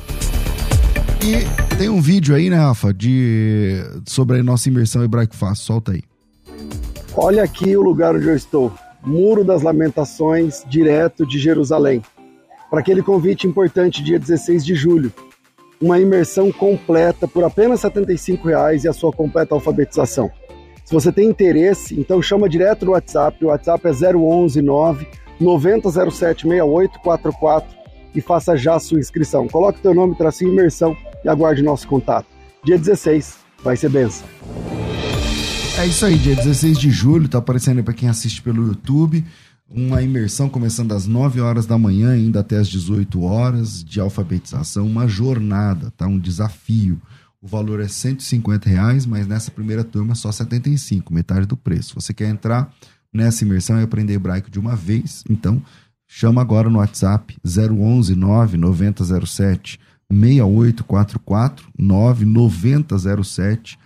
E tem um vídeo aí, né, Rafa, sobre a nossa imersão Hebraico Fácil. Solta aí. Olha aqui o lugar onde eu estou. Muro das Lamentações, direto de Jerusalém. Para aquele convite importante, dia 16 de julho. Uma imersão completa por apenas R$ 75,00 e a sua completa alfabetização. Se você tem interesse, então chama direto no WhatsApp. O WhatsApp é 011 9 9007 6844 e faça já a sua inscrição. Coloque teu nome, tracinho imersão e aguarde nosso contato. Dia 16, vai ser bênção. É isso aí, dia 16 de julho, tá aparecendo aí para quem assiste pelo YouTube, uma imersão começando às 9 horas da manhã, ainda até às 18 horas, de alfabetização, uma jornada, tá? Um desafio. O valor é R$ 150,00, mas nessa primeira turma só R$ 75,00, metade do preço. Você quer entrar nessa imersão e aprender hebraico de uma vez? Então, chama agora no WhatsApp 011 9 9007 6844 99007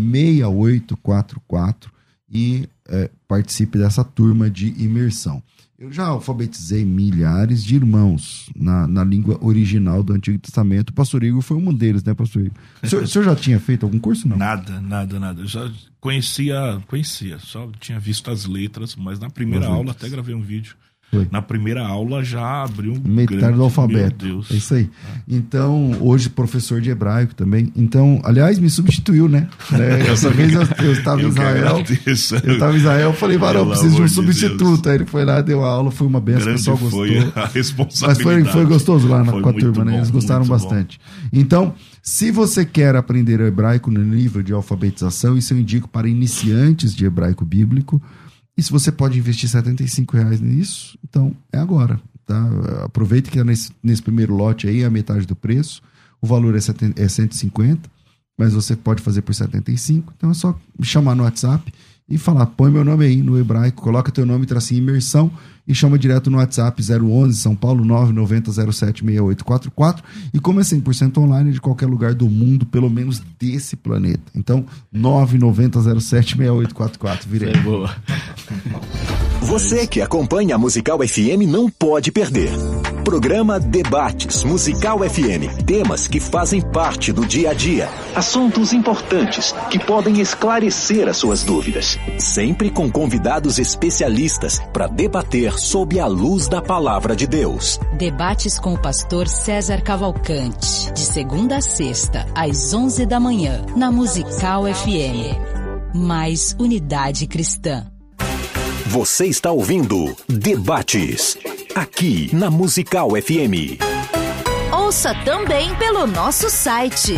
6844 e participe dessa turma de imersão. Eu já alfabetizei milhares de irmãos na língua original do Antigo Testamento. O pastor Igor foi um deles, né, pastor Igor? O senhor já tinha feito algum curso, não? Nada. Eu já conhecia, só tinha visto as letras, mas na primeira aula até gravei um vídeo. Foi. Na primeira aula já abriu metade do alfabeto. Meu Deus. É isso aí. Então, hoje professor de hebraico também. Então, aliás, me substituiu, né? Essa vez eu estava em Israel. Eu estava em Israel, falei, varão, preciso de um substituto. Aí ele foi lá, deu a aula, foi uma benção, o pessoal gostou. Foi a responsabilidade. Mas foi gostoso lá com a turma, né? Eles gostaram bastante. Bom. Então, se você quer aprender hebraico no nível de alfabetização, isso eu indico para iniciantes de hebraico bíblico. E se você pode investir R$ 75,00 nisso, então é agora, tá? Aproveite que nesse primeiro lote aí é a metade do preço, o valor é 150, mas você pode fazer por 75, então é só me chamar no WhatsApp e falar, põe meu nome aí no hebraico, coloca teu nome, tracinho imersão e chama direto no WhatsApp 011 São Paulo 99007 6844 e como é 100% online de qualquer lugar do mundo, pelo menos desse planeta. Então 99007 6844, virei. É boa. Você que acompanha a Musical FM não pode perder. Programa Debates Musical FM. Temas que fazem parte do dia a dia. Assuntos importantes que podem esclarecer as suas dúvidas. Sempre com convidados especialistas para debater sob a luz da palavra de Deus. Debates com o pastor César Cavalcante. De segunda a sexta, às 11 da manhã, na Musical FM. Mais unidade cristã. Você está ouvindo Debates, aqui na Musical FM. Ouça também pelo nosso site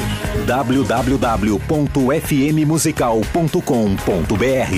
www.fmmusical.com.br.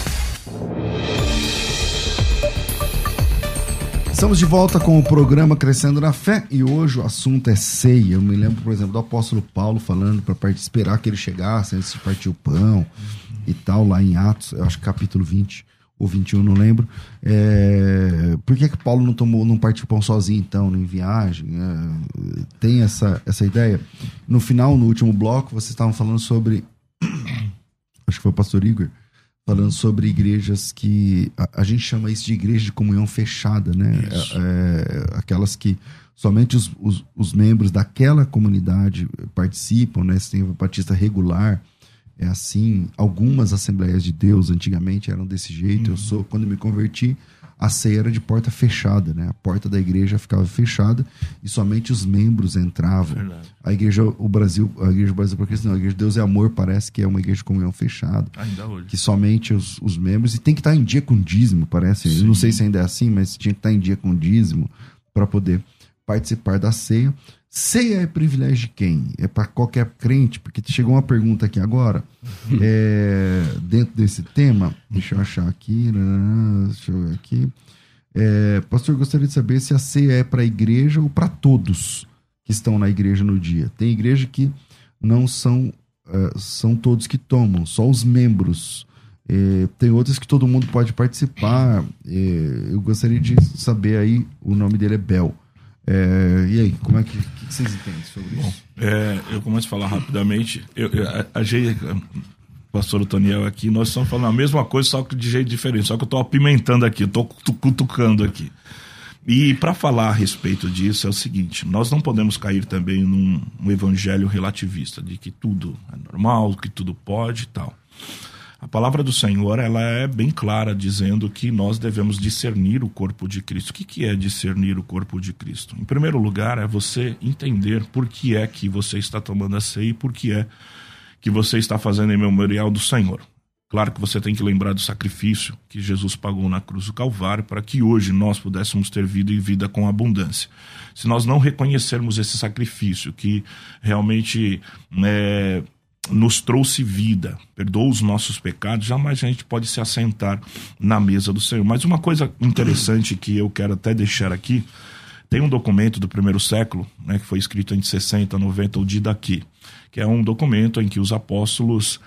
Estamos de volta com o programa Crescendo na Fé e hoje o assunto é ceia. Eu me lembro, por exemplo, do apóstolo Paulo falando para esperar que ele chegasse antes de partir o pão. e tal, lá em Atos, eu acho que capítulo 20 ou 21, não lembro. Por que Paulo não partiu pão sozinho, então, em viagem? Tem essa ideia? No final, no último bloco, vocês estavam falando sobre... acho que foi o pastor Igor, falando sobre igrejas que... A gente chama isso de igreja de comunhão fechada, né? Aquelas que somente os membros daquela comunidade participam, né? Você tem o batista regular, é assim. Algumas Assembleias de Deus antigamente eram desse jeito. Quando me converti, a ceia era de porta fechada, né? A porta da igreja ficava fechada e somente os membros entravam. Verdade. A igreja Brasil para Cristo, não, a igreja de Deus é Amor, parece que é uma igreja de comunhão fechada. Ainda hoje. Que somente os membros, e tem que estar em dia com dízimo, parece. Sim. Eu não sei se ainda é assim, mas tinha que estar em dia com dízimo para poder participar da ceia. Ceia é privilégio de quem? É para qualquer crente? Porque chegou uma pergunta aqui agora, dentro desse tema, deixa eu achar aqui, deixa eu ver aqui. Pastor, eu gostaria de saber se a ceia é para a igreja ou para todos que estão na igreja no dia. Tem igreja que não são todos que tomam, só os membros. Tem outras que todo mundo pode participar. Eu gostaria de saber aí, o nome dele é Bel. E aí, como é que vocês entendem sobre isso? Eu começo a falar rapidamente. Pastor Toniel aqui, nós estamos falando a mesma coisa, só que de jeito diferente. Só que eu estou apimentando aqui, eu estou cutucando aqui. E para falar a respeito disso é o seguinte: nós não podemos cair também num evangelho relativista, de que tudo é normal, que tudo pode e tal. A palavra do Senhor, ela é bem clara, dizendo que nós devemos discernir o corpo de Cristo. O que é discernir o corpo de Cristo? Em primeiro lugar, é você entender por que é que você está tomando a ceia e por que é que você está fazendo em memorial do Senhor. Claro que você tem que lembrar do sacrifício que Jesus pagou na cruz do Calvário para que hoje nós pudéssemos ter vida e vida com abundância. Se nós não reconhecermos esse sacrifício que realmente nos trouxe vida, perdoou os nossos pecados, jamais a gente pode se assentar na mesa do Senhor. Mas uma coisa interessante que eu quero até deixar aqui, tem um documento do primeiro século, né, que foi escrito entre 60 e 90, o Didaquê, que é um documento em que os apóstolos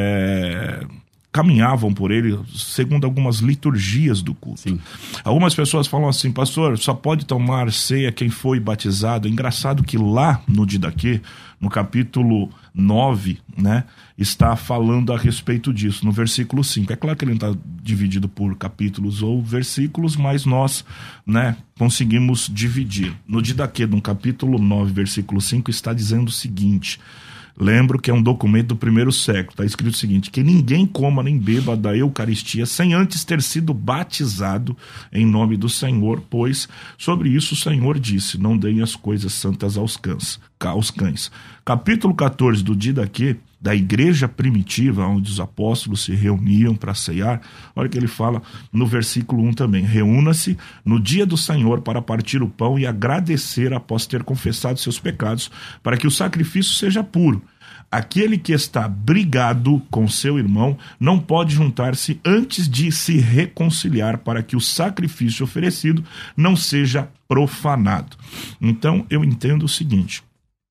caminhavam por ele segundo algumas liturgias do culto. Sim. Algumas pessoas falam assim: pastor, só pode tomar ceia quem foi batizado. É engraçado que lá no Didaquê, no capítulo 9, né, está falando a respeito disso, no versículo 5. É claro que ele não está dividido por capítulos ou versículos, mas nós, né, conseguimos dividir. No Didaquê, no capítulo 9, versículo 5, está dizendo o seguinte... Lembro que é um documento do primeiro século. Está escrito o seguinte: que ninguém coma nem beba da Eucaristia sem antes ter sido batizado em nome do Senhor, pois sobre isso o Senhor disse: não deem as coisas santas aos cães. Capítulo 14 do Didaquê, da igreja primitiva, onde os apóstolos se reuniam para ceiar, olha que ele fala no versículo 1 também: reúna-se no dia do Senhor para partir o pão e agradecer após ter confessado seus pecados, para que o sacrifício seja puro. Aquele que está brigado com seu irmão não pode juntar-se antes de se reconciliar, para que o sacrifício oferecido não seja profanado. Então eu entendo o seguinte: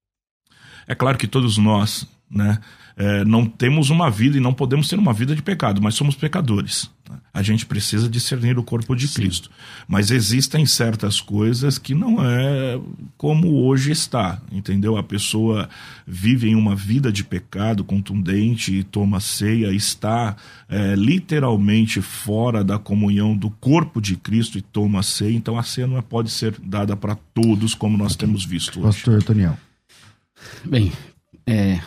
é claro que todos nós, né, não temos uma vida e não podemos ter uma vida de pecado, mas somos pecadores. A gente precisa discernir o corpo de Cristo. Mas existem certas coisas que não é como hoje está, entendeu? A pessoa vive em uma vida de pecado contundente e toma ceia, está literalmente fora da comunhão do corpo de Cristo e toma ceia. Então a ceia não pode ser dada para todos, como nós temos visto hoje. Pastor Toniel. Bem, é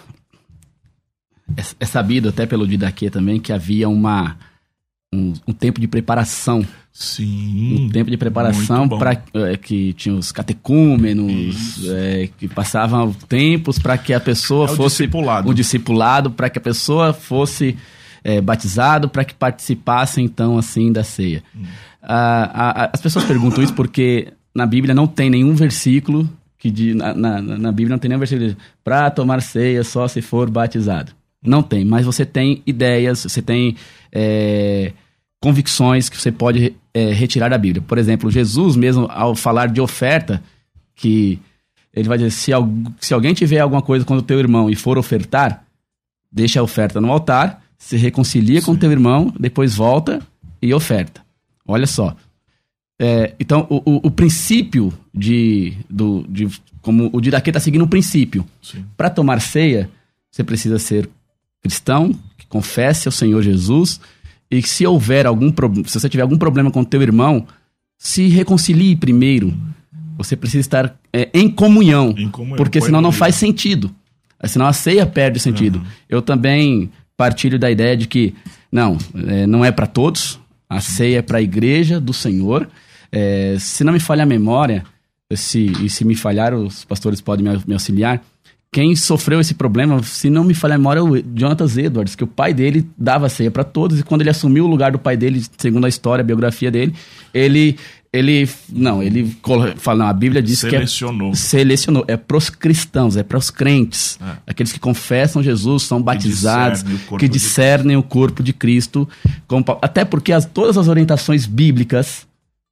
sabido até pelo Didaquê também que havia um tempo de preparação. Sim. Um tempo de preparação para que tinha os catecúmenos, que passavam tempos para que a pessoa fosse o discipulado, para que a pessoa fosse batizado, para que participasse então assim da ceia. As pessoas perguntam isso porque na Bíblia não tem nenhum versículo na Bíblia não tem nenhum versículo para tomar ceia só se for batizado. Não tem, mas você tem ideias, você tem convicções que você pode retirar da Bíblia. Por exemplo, Jesus mesmo, ao falar de oferta, que ele vai dizer: se alguém tiver alguma coisa contra o teu irmão e for ofertar, deixa a oferta no altar. se reconcilia com o teu irmão, depois volta e oferta. Olha só. Então, o princípio como o Didaquê está seguindo um princípio. Para tomar ceia, você precisa ser cristão, que confesse ao Senhor Jesus, e que se houver se você tiver algum problema com o teu irmão, se reconcilie primeiro. Você precisa estar em comunhão, porque senão não faz sentido. Senão a ceia perde o sentido. Eu também partilho da ideia de que não é para todos, a ceia é para a igreja do Senhor. Se não me falha a memória, se me falhar, os pastores podem me auxiliar, quem sofreu esse problema, se não me falha a memória, é o Jonathan Edwards, que o pai dele dava ceia para todos, e quando ele assumiu o lugar do pai dele, segundo a história, a biografia dele, ele fala, a Bíblia diz que selecionou, é pros cristãos, é pros crentes, aqueles que confessam Jesus, são batizados, que discernem o corpo de Cristo, até porque todas as orientações bíblicas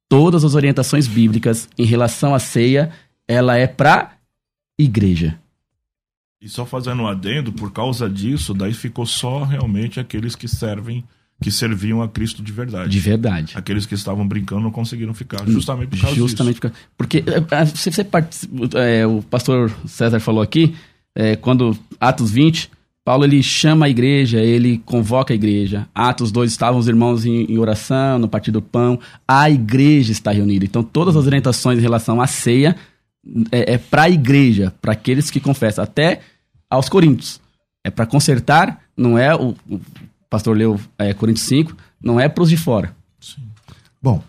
em relação à ceia, ela é pra igreja. E só fazendo um adendo, por causa disso, daí ficou só realmente aqueles que serviam a Cristo de verdade. De verdade. Aqueles que estavam brincando não conseguiram ficar, justamente por causa disso. Porque o pastor César falou aqui, quando Atos 20, Paulo ele chama a igreja, ele convoca a igreja. Atos 2, estavam os irmãos em oração, no partir do pão, a igreja está reunida. Então todas as orientações em relação à ceia é para a igreja, para aqueles que confessam, até aos coríntios. É para consertar, não é o pastor leu Coríntios 5, não é para os de fora. Sim. Bom,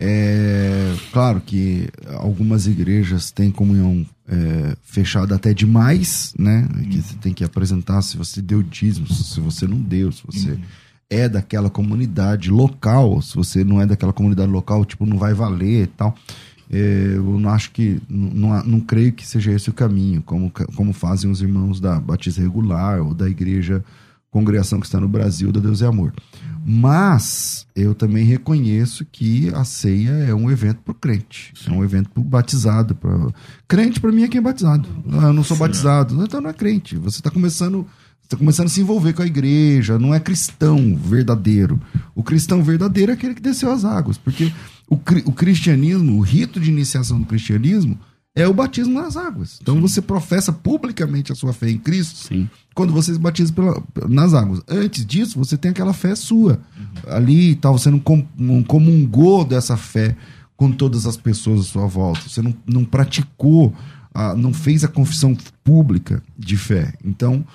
claro que algumas igrejas têm comunhão fechada até demais, né? Que você tem que apresentar se você deu dízimo, se você não deu, se você é daquela comunidade local, se você não é daquela comunidade local, tipo, não vai valer e tal. Eu não acho que, não creio que seja esse o caminho, como fazem os irmãos da Batista Regular ou da Igreja Congregação que está no Brasil, da Deus e Amor. Mas eu também reconheço que a ceia é um evento para o crente. Sim. É um evento para o batizado. Crente, para mim, é quem é batizado. Eu não sou batizado. Então não é crente. Você está começando a se envolver com a igreja. Não é cristão verdadeiro. O cristão verdadeiro é aquele que desceu as águas. Porque o cristianismo, o rito de iniciação do cristianismo é o batismo nas águas. Então você professa publicamente a sua fé em Cristo. Sim. Quando você se batiza nas águas. Antes disso, você tem aquela fé sua. Ali e tal, você não comungou dessa fé com todas as pessoas à sua volta. Você não praticou, não fez a confissão pública de fé. Então,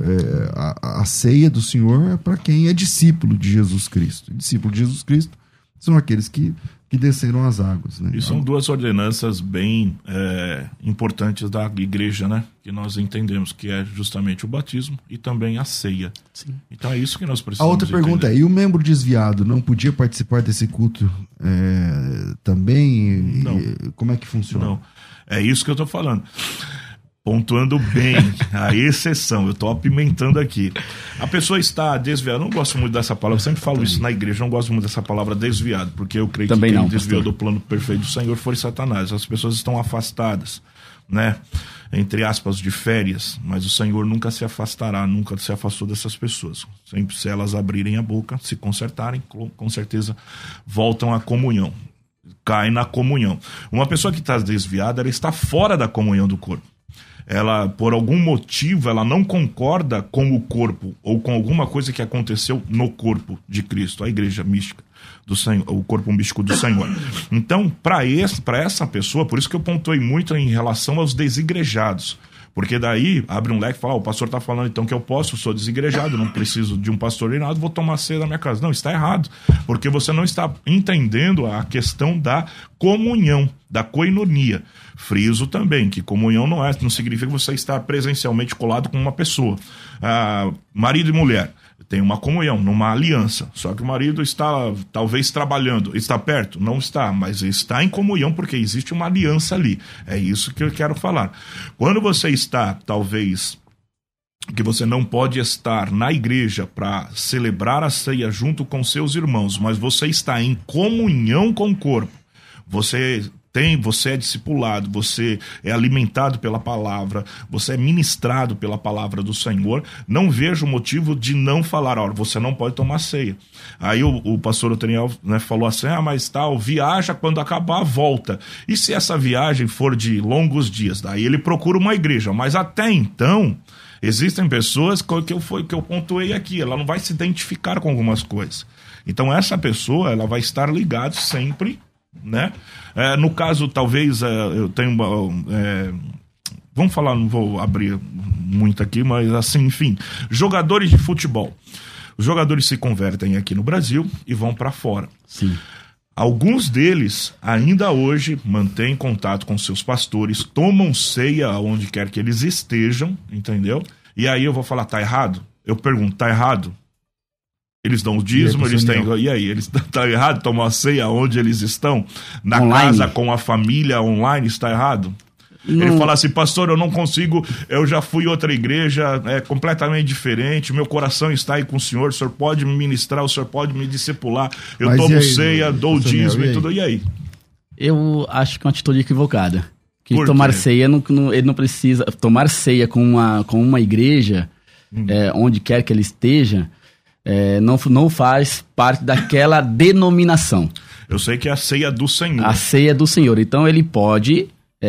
a ceia do Senhor é para quem é discípulo de Jesus Cristo. Discípulo de Jesus Cristo são aqueles que desceram as águas, né? E são duas ordenanças bem importantes da igreja, né? Que nós entendemos que é justamente o batismo e também a ceia. Sim. Então é isso que nós precisamos. A outra pergunta e o membro desviado não podia participar desse culto também? Não. Como é que funciona? Não, é isso que eu estou falando. Pontuando bem a exceção, eu estou apimentando aqui. A pessoa está desviada, eu não gosto muito dessa palavra, eu sempre falo isso na igreja, eu não gosto muito dessa palavra desviado, porque eu creio também que quem desviou do plano perfeito do Senhor foi Satanás. As pessoas estão afastadas, né? Entre aspas, de férias, mas o Senhor nunca se afastará, nunca se afastou dessas pessoas. Sempre se elas abrirem a boca, se consertarem, com certeza voltam à comunhão, caem na comunhão. Uma pessoa que está desviada, ela está fora da comunhão do corpo. Ela, por algum motivo, ela não concorda com o corpo ou com alguma coisa que aconteceu no corpo de Cristo, a igreja mística do Senhor, o corpo místico do Senhor. Então, para essa pessoa, por isso que eu pontuei muito em relação aos desigrejados, porque daí abre um leque e fala, o pastor está falando então que eu sou desigrejado, não preciso de um pastor nem nada, vou tomar ceia na minha casa. Não, está errado, porque você não está entendendo a questão da comunhão, da koinonia. Friso também, que comunhão não significa você estar presencialmente colado com uma pessoa. Marido e mulher tem uma comunhão, numa aliança, só que o marido está talvez trabalhando, está perto? Não está, mas está em comunhão porque existe uma aliança ali. É isso que eu quero falar. Quando você está, talvez, que você não pode estar na igreja para celebrar a ceia junto com seus irmãos, mas você está em comunhão com o corpo, você você é discipulado, você é alimentado pela palavra, você é ministrado pela palavra do Senhor, não vejo motivo de não falar, olha, você não pode tomar ceia. Aí o pastor Otoniel, né, falou assim, mas tal, viaja, quando acabar, volta. E se essa viagem for de longos dias? Daí ele procura uma igreja, mas até então, existem pessoas que eu pontuei aqui, ela não vai se identificar com algumas coisas. Então essa pessoa, ela vai estar ligada sempre, né? No caso, talvez, eu tenho vamos falar, não vou abrir muito aqui, mas assim, enfim, jogadores de futebol. Os jogadores se convertem aqui no Brasil e vão para fora. Sim. Alguns deles, ainda hoje, mantêm contato com seus pastores, tomam ceia onde quer que eles estejam, entendeu? E aí eu vou falar, tá errado? Eu pergunto, tá errado? Eles dão o dízimo, eles têm... E aí, eles tá errado tomar ceia onde eles estão? Na online. Casa, com a família, online, está errado? Não. Ele fala assim, pastor, eu não consigo, eu já fui em outra igreja, é completamente diferente, meu coração está aí com o senhor pode me ministrar, o senhor pode me discipular, eu tomo ceia, dou o dízimo e tudo, e aí? Eu acho que é uma atitude equivocada. Que tomar ceia, ele não precisa... Tomar ceia com uma igreja, onde quer que ele esteja... não faz parte daquela denominação. Eu sei que é a ceia do Senhor. A ceia do Senhor. Então ele pode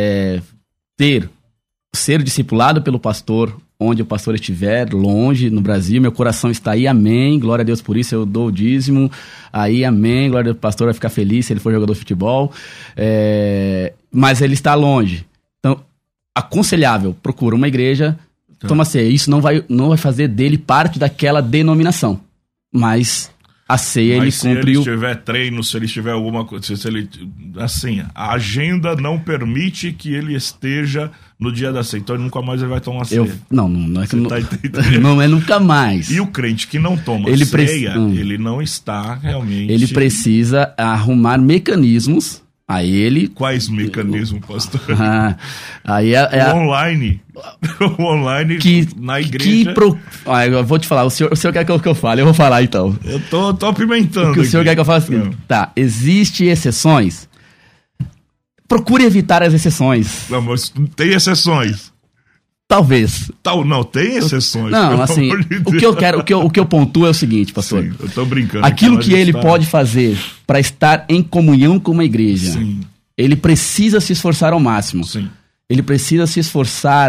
ser discipulado pelo pastor, onde o pastor estiver, longe, no Brasil. Meu coração está aí, amém, glória a Deus por isso, eu dou o dízimo, aí, amém, glória a Deus, o pastor vai ficar feliz se ele for jogador de futebol, mas ele está longe. Então, aconselhável, procura uma igreja, toma ceia. Isso não vai fazer dele parte daquela denominação. Mas a ceia ele cumpre. Se ele tiver treino, se ele tiver alguma coisa, se ele, assim, a agenda não permite que ele esteja no dia da ceia, então nunca mais ele vai tomar ceia. Não é que não é nunca mais. E o crente que não toma ceia, ele não está realmente. Ele precisa arrumar mecanismos. Aí ele... Quais mecanismos, pastor? Aí o online. O online na igreja. Eu vou te falar, o senhor quer que eu fale? Eu vou falar então. Eu tô apimentando. O que o senhor quer que eu fale assim? Tá, existem exceções. Procure evitar as exceções. Não, mas tem exceções. Talvez. Não, tem exceções. Não, assim, o que eu pontuo é o seguinte, pastor. Sim, eu tô brincando. Aquilo que ele pode fazer para estar em comunhão com uma igreja, sim, ele precisa se esforçar ao máximo. Sim. Ele precisa se esforçar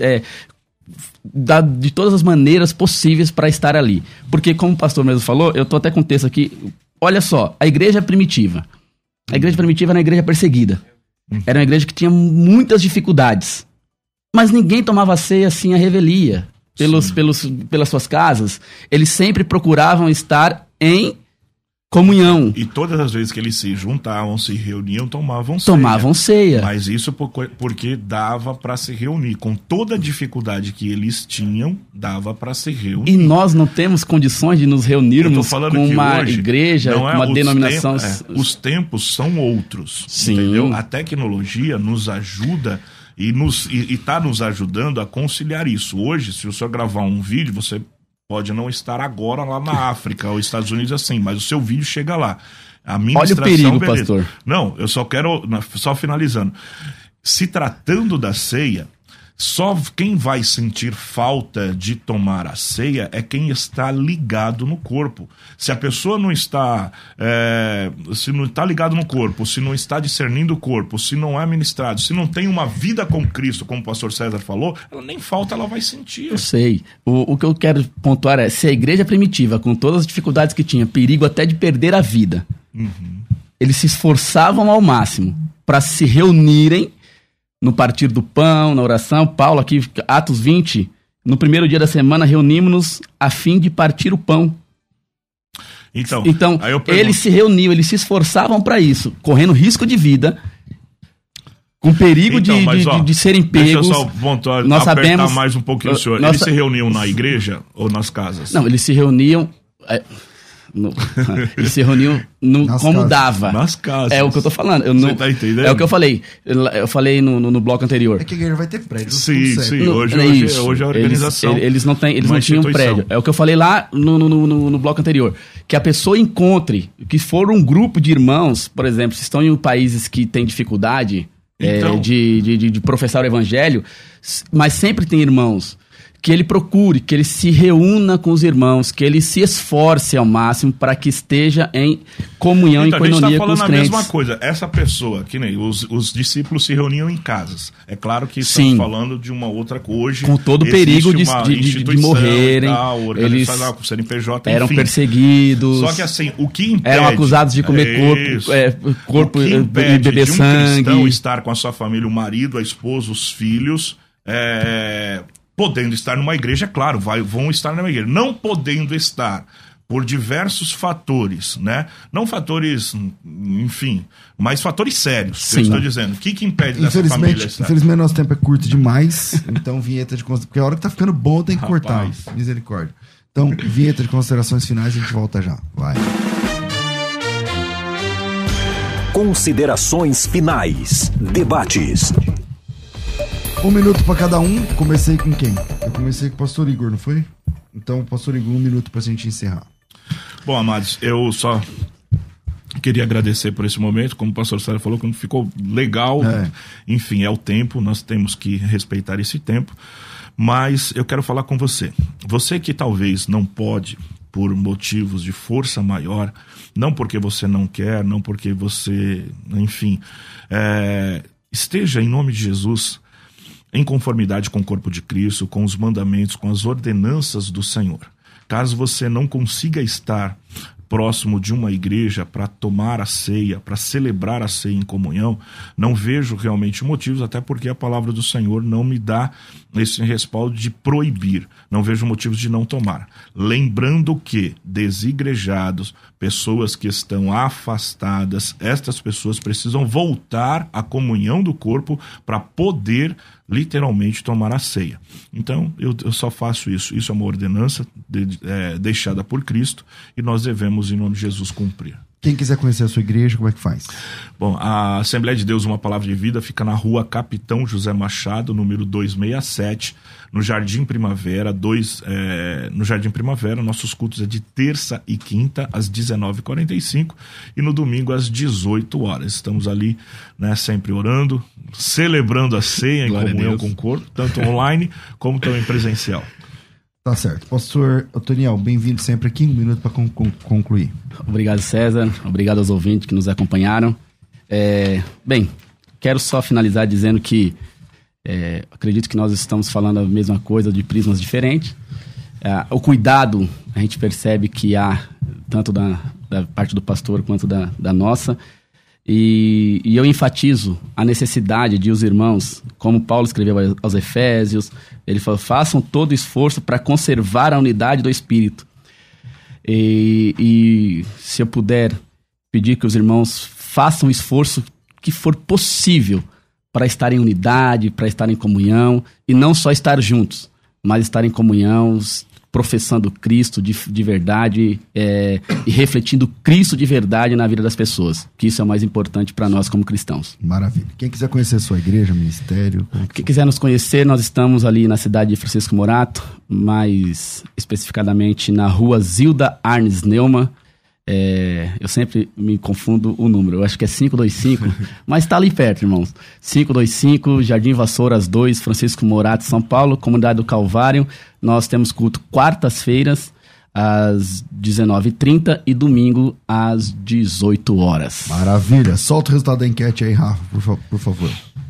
de todas as maneiras possíveis para estar ali. Porque, como o pastor mesmo falou, eu tô até com o texto aqui, olha só, a igreja primitiva. A igreja primitiva era uma igreja perseguida. Era uma igreja que tinha muitas dificuldades. Mas ninguém tomava ceia assim à revelia, pelas suas casas. Eles sempre procuravam estar em comunhão. E todas as vezes que eles se juntavam, se reuniam, tomavam ceia. Mas isso porque dava para se reunir. Com toda a dificuldade que eles tinham, dava para se reunir. E nós não temos condições de nos reunirmos com uma igreja, com uma denominação. Os tempos são outros. Sim. Entendeu? A tecnologia nos ajuda e está nos ajudando a conciliar isso. Hoje, se o senhor gravar um vídeo, você pode não estar agora lá na África ou Estados Unidos assim, mas o seu vídeo chega lá. Olha o perigo, beleza. Pastor. Não, eu só finalizando. Se tratando da ceia, só quem vai sentir falta de tomar a ceia é quem está ligado no corpo. Se a pessoa não está se não está ligado no corpo, se não está discernindo o corpo, se não é ministrado, se não tem uma vida com Cristo, como o pastor César falou, ela nem falta, ela vai sentir. Eu sei. O que eu quero pontuar é, se a igreja primitiva, com todas as dificuldades que tinha, perigo até de perder a vida, eles se esforçavam ao máximo para se reunirem no partir do pão, na oração. Paulo aqui, Atos 20, no primeiro dia da semana, reunimos-nos a fim de partir o pão. Então eles se reuniam, eles se esforçavam para isso, correndo risco de vida, com perigo de serem pegos. Deixa eu só nós sabemos mais um pouquinho o senhor. Eles se reuniam na igreja ou nas casas? Não, eles se reuniam... Eles se reuniam como casas. dava. Nas casas. É o que eu tô falando. Você tá entendendo? É o que eu falei. Eu falei no bloco anterior. É que a igreja vai ter prédio. Sim. Hoje a organização. Eles não tinham prédio. É o que eu falei lá no bloco anterior. Que a pessoa encontre, que for um grupo de irmãos, por exemplo, se estão em países que têm dificuldade de professar o evangelho, mas sempre tem irmãos. Que ele procure, que ele se reúna com os irmãos, que ele se esforce ao máximo para que esteja em comunhão e coinonia com os crentes. A gente está falando a mesma coisa. Essa pessoa, que nem os discípulos se reuniam em casas. É claro que estamos falando de uma outra coisa. Hoje, com todo o perigo de morrerem. Eles CNPJ, eram perseguidos. Só que assim, o que impede... Eram acusados de comer corpo e beber sangue. O cristão estar com a sua família, o marido, a esposa, os filhos... podendo estar numa igreja, claro, vão estar numa igreja. Não podendo estar por diversos fatores, né? Não fatores, enfim, mas fatores sérios, que eu estou dizendo. O que impede dessa família estar? Infelizmente, nosso tempo é curto demais, então vinheta de considerações... Porque a hora que tá ficando bom tem que cortar. Misericórdia. Então, vinheta de considerações finais, a gente volta já. Vai. Considerações finais. Debates. 1 minuto para cada um. Comecei com quem? Eu comecei com o pastor Igor, não foi? Então, pastor Igor, 1 minuto pra gente encerrar. Bom, amados, eu só queria agradecer por esse momento. Como o pastor Sérgio falou, quando ficou legal, enfim, é o tempo, nós temos que respeitar esse tempo. Mas eu quero falar com você. Você que talvez não pode, por motivos de força maior, não porque você não quer, não porque você, enfim, esteja em nome de Jesus em conformidade com o corpo de Cristo, com os mandamentos, com as ordenanças do Senhor. Caso você não consiga estar próximo de uma igreja para tomar a ceia, para celebrar a ceia em comunhão, não vejo realmente motivos, até porque a palavra do Senhor não me dá esse respaldo de proibir. Não vejo motivos de não tomar. Lembrando que desigrejados, pessoas que estão afastadas, estas pessoas precisam voltar à comunhão do corpo para poder literalmente tomar a ceia. Então, eu só faço isso. Isso é uma ordenança deixada por Cristo e nós devemos, em nome de Jesus, cumprir. Quem quiser conhecer a sua igreja, como é que faz? Bom, a Assembleia de Deus, Uma Palavra de Vida, fica na rua Capitão José Machado, número 267, no Jardim Primavera, no Jardim Primavera. Nossos cultos é de terça e quinta, às 19h45, e no domingo, às 18 horas. Estamos ali, né, sempre orando, celebrando a ceia em comunhão com o corpo, tanto online como também presencial. Tá certo. Pastor Otoniel, bem-vindo sempre aqui. 1 minuto para concluir. Obrigado, César. Obrigado aos ouvintes que nos acompanharam. Bem, quero só finalizar dizendo que acredito que nós estamos falando a mesma coisa de prismas diferentes. O cuidado, a gente percebe que há, tanto da parte do pastor quanto da nossa. E eu enfatizo a necessidade de os irmãos, como Paulo escreveu aos Efésios, ele falou, façam todo esforço para conservar a unidade do Espírito. E se eu puder pedir que os irmãos façam o esforço que for possível para estar em unidade, para estar em comunhão, e não só estar juntos, mas estar em comunhão, professando Cristo de verdade e refletindo Cristo de verdade na vida das pessoas, que isso é o mais importante para nós como cristãos. Maravilha. Quem quiser conhecer a sua igreja, ministério... Quem quiser nos conhecer, nós estamos ali na cidade de Francisco Morato, mais especificadamente na rua Zilda Arnes Neumann. Eu sempre me confundo o número, eu acho que é 525, mas está ali perto, irmãos. 525, Jardim Vassouras 2, Francisco Morato, São Paulo, Comunidade do Calvário. Nós temos culto quartas-feiras às 19h30 e domingo às 18 horas. Maravilha. Solta o resultado da enquete aí, Rafa, por favor.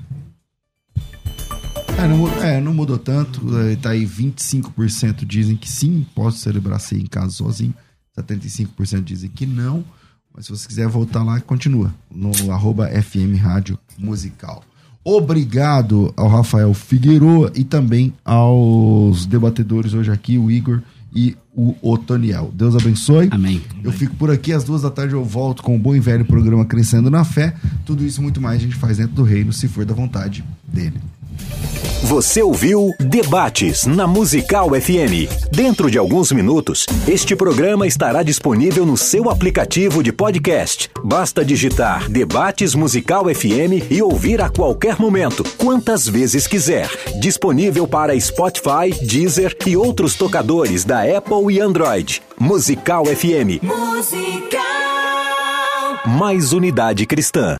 Não mudou tanto. Tá aí 25% dizem que sim, posso celebrar ceia em casa sozinho. 75% dizem que não. Mas se você quiser voltar lá, continua. No @FM Rádio Musical. Obrigado ao Rafael Figueiredo e também aos debatedores hoje aqui, o Igor e o Otoniel. Deus abençoe. Amém. Eu fico por aqui, às 14h eu volto com o bom e velho programa Crescendo na Fé. Tudo isso e muito mais a gente faz dentro do reino, se for da vontade dele. Você ouviu Debates na Musical FM. Dentro de alguns minutos, este programa estará disponível no seu aplicativo de podcast. Basta digitar Debates Musical FM e ouvir a qualquer momento, quantas vezes quiser. Disponível para Spotify, Deezer e outros tocadores da Apple e Android. Musical FM. Musical. Mais unidade cristã.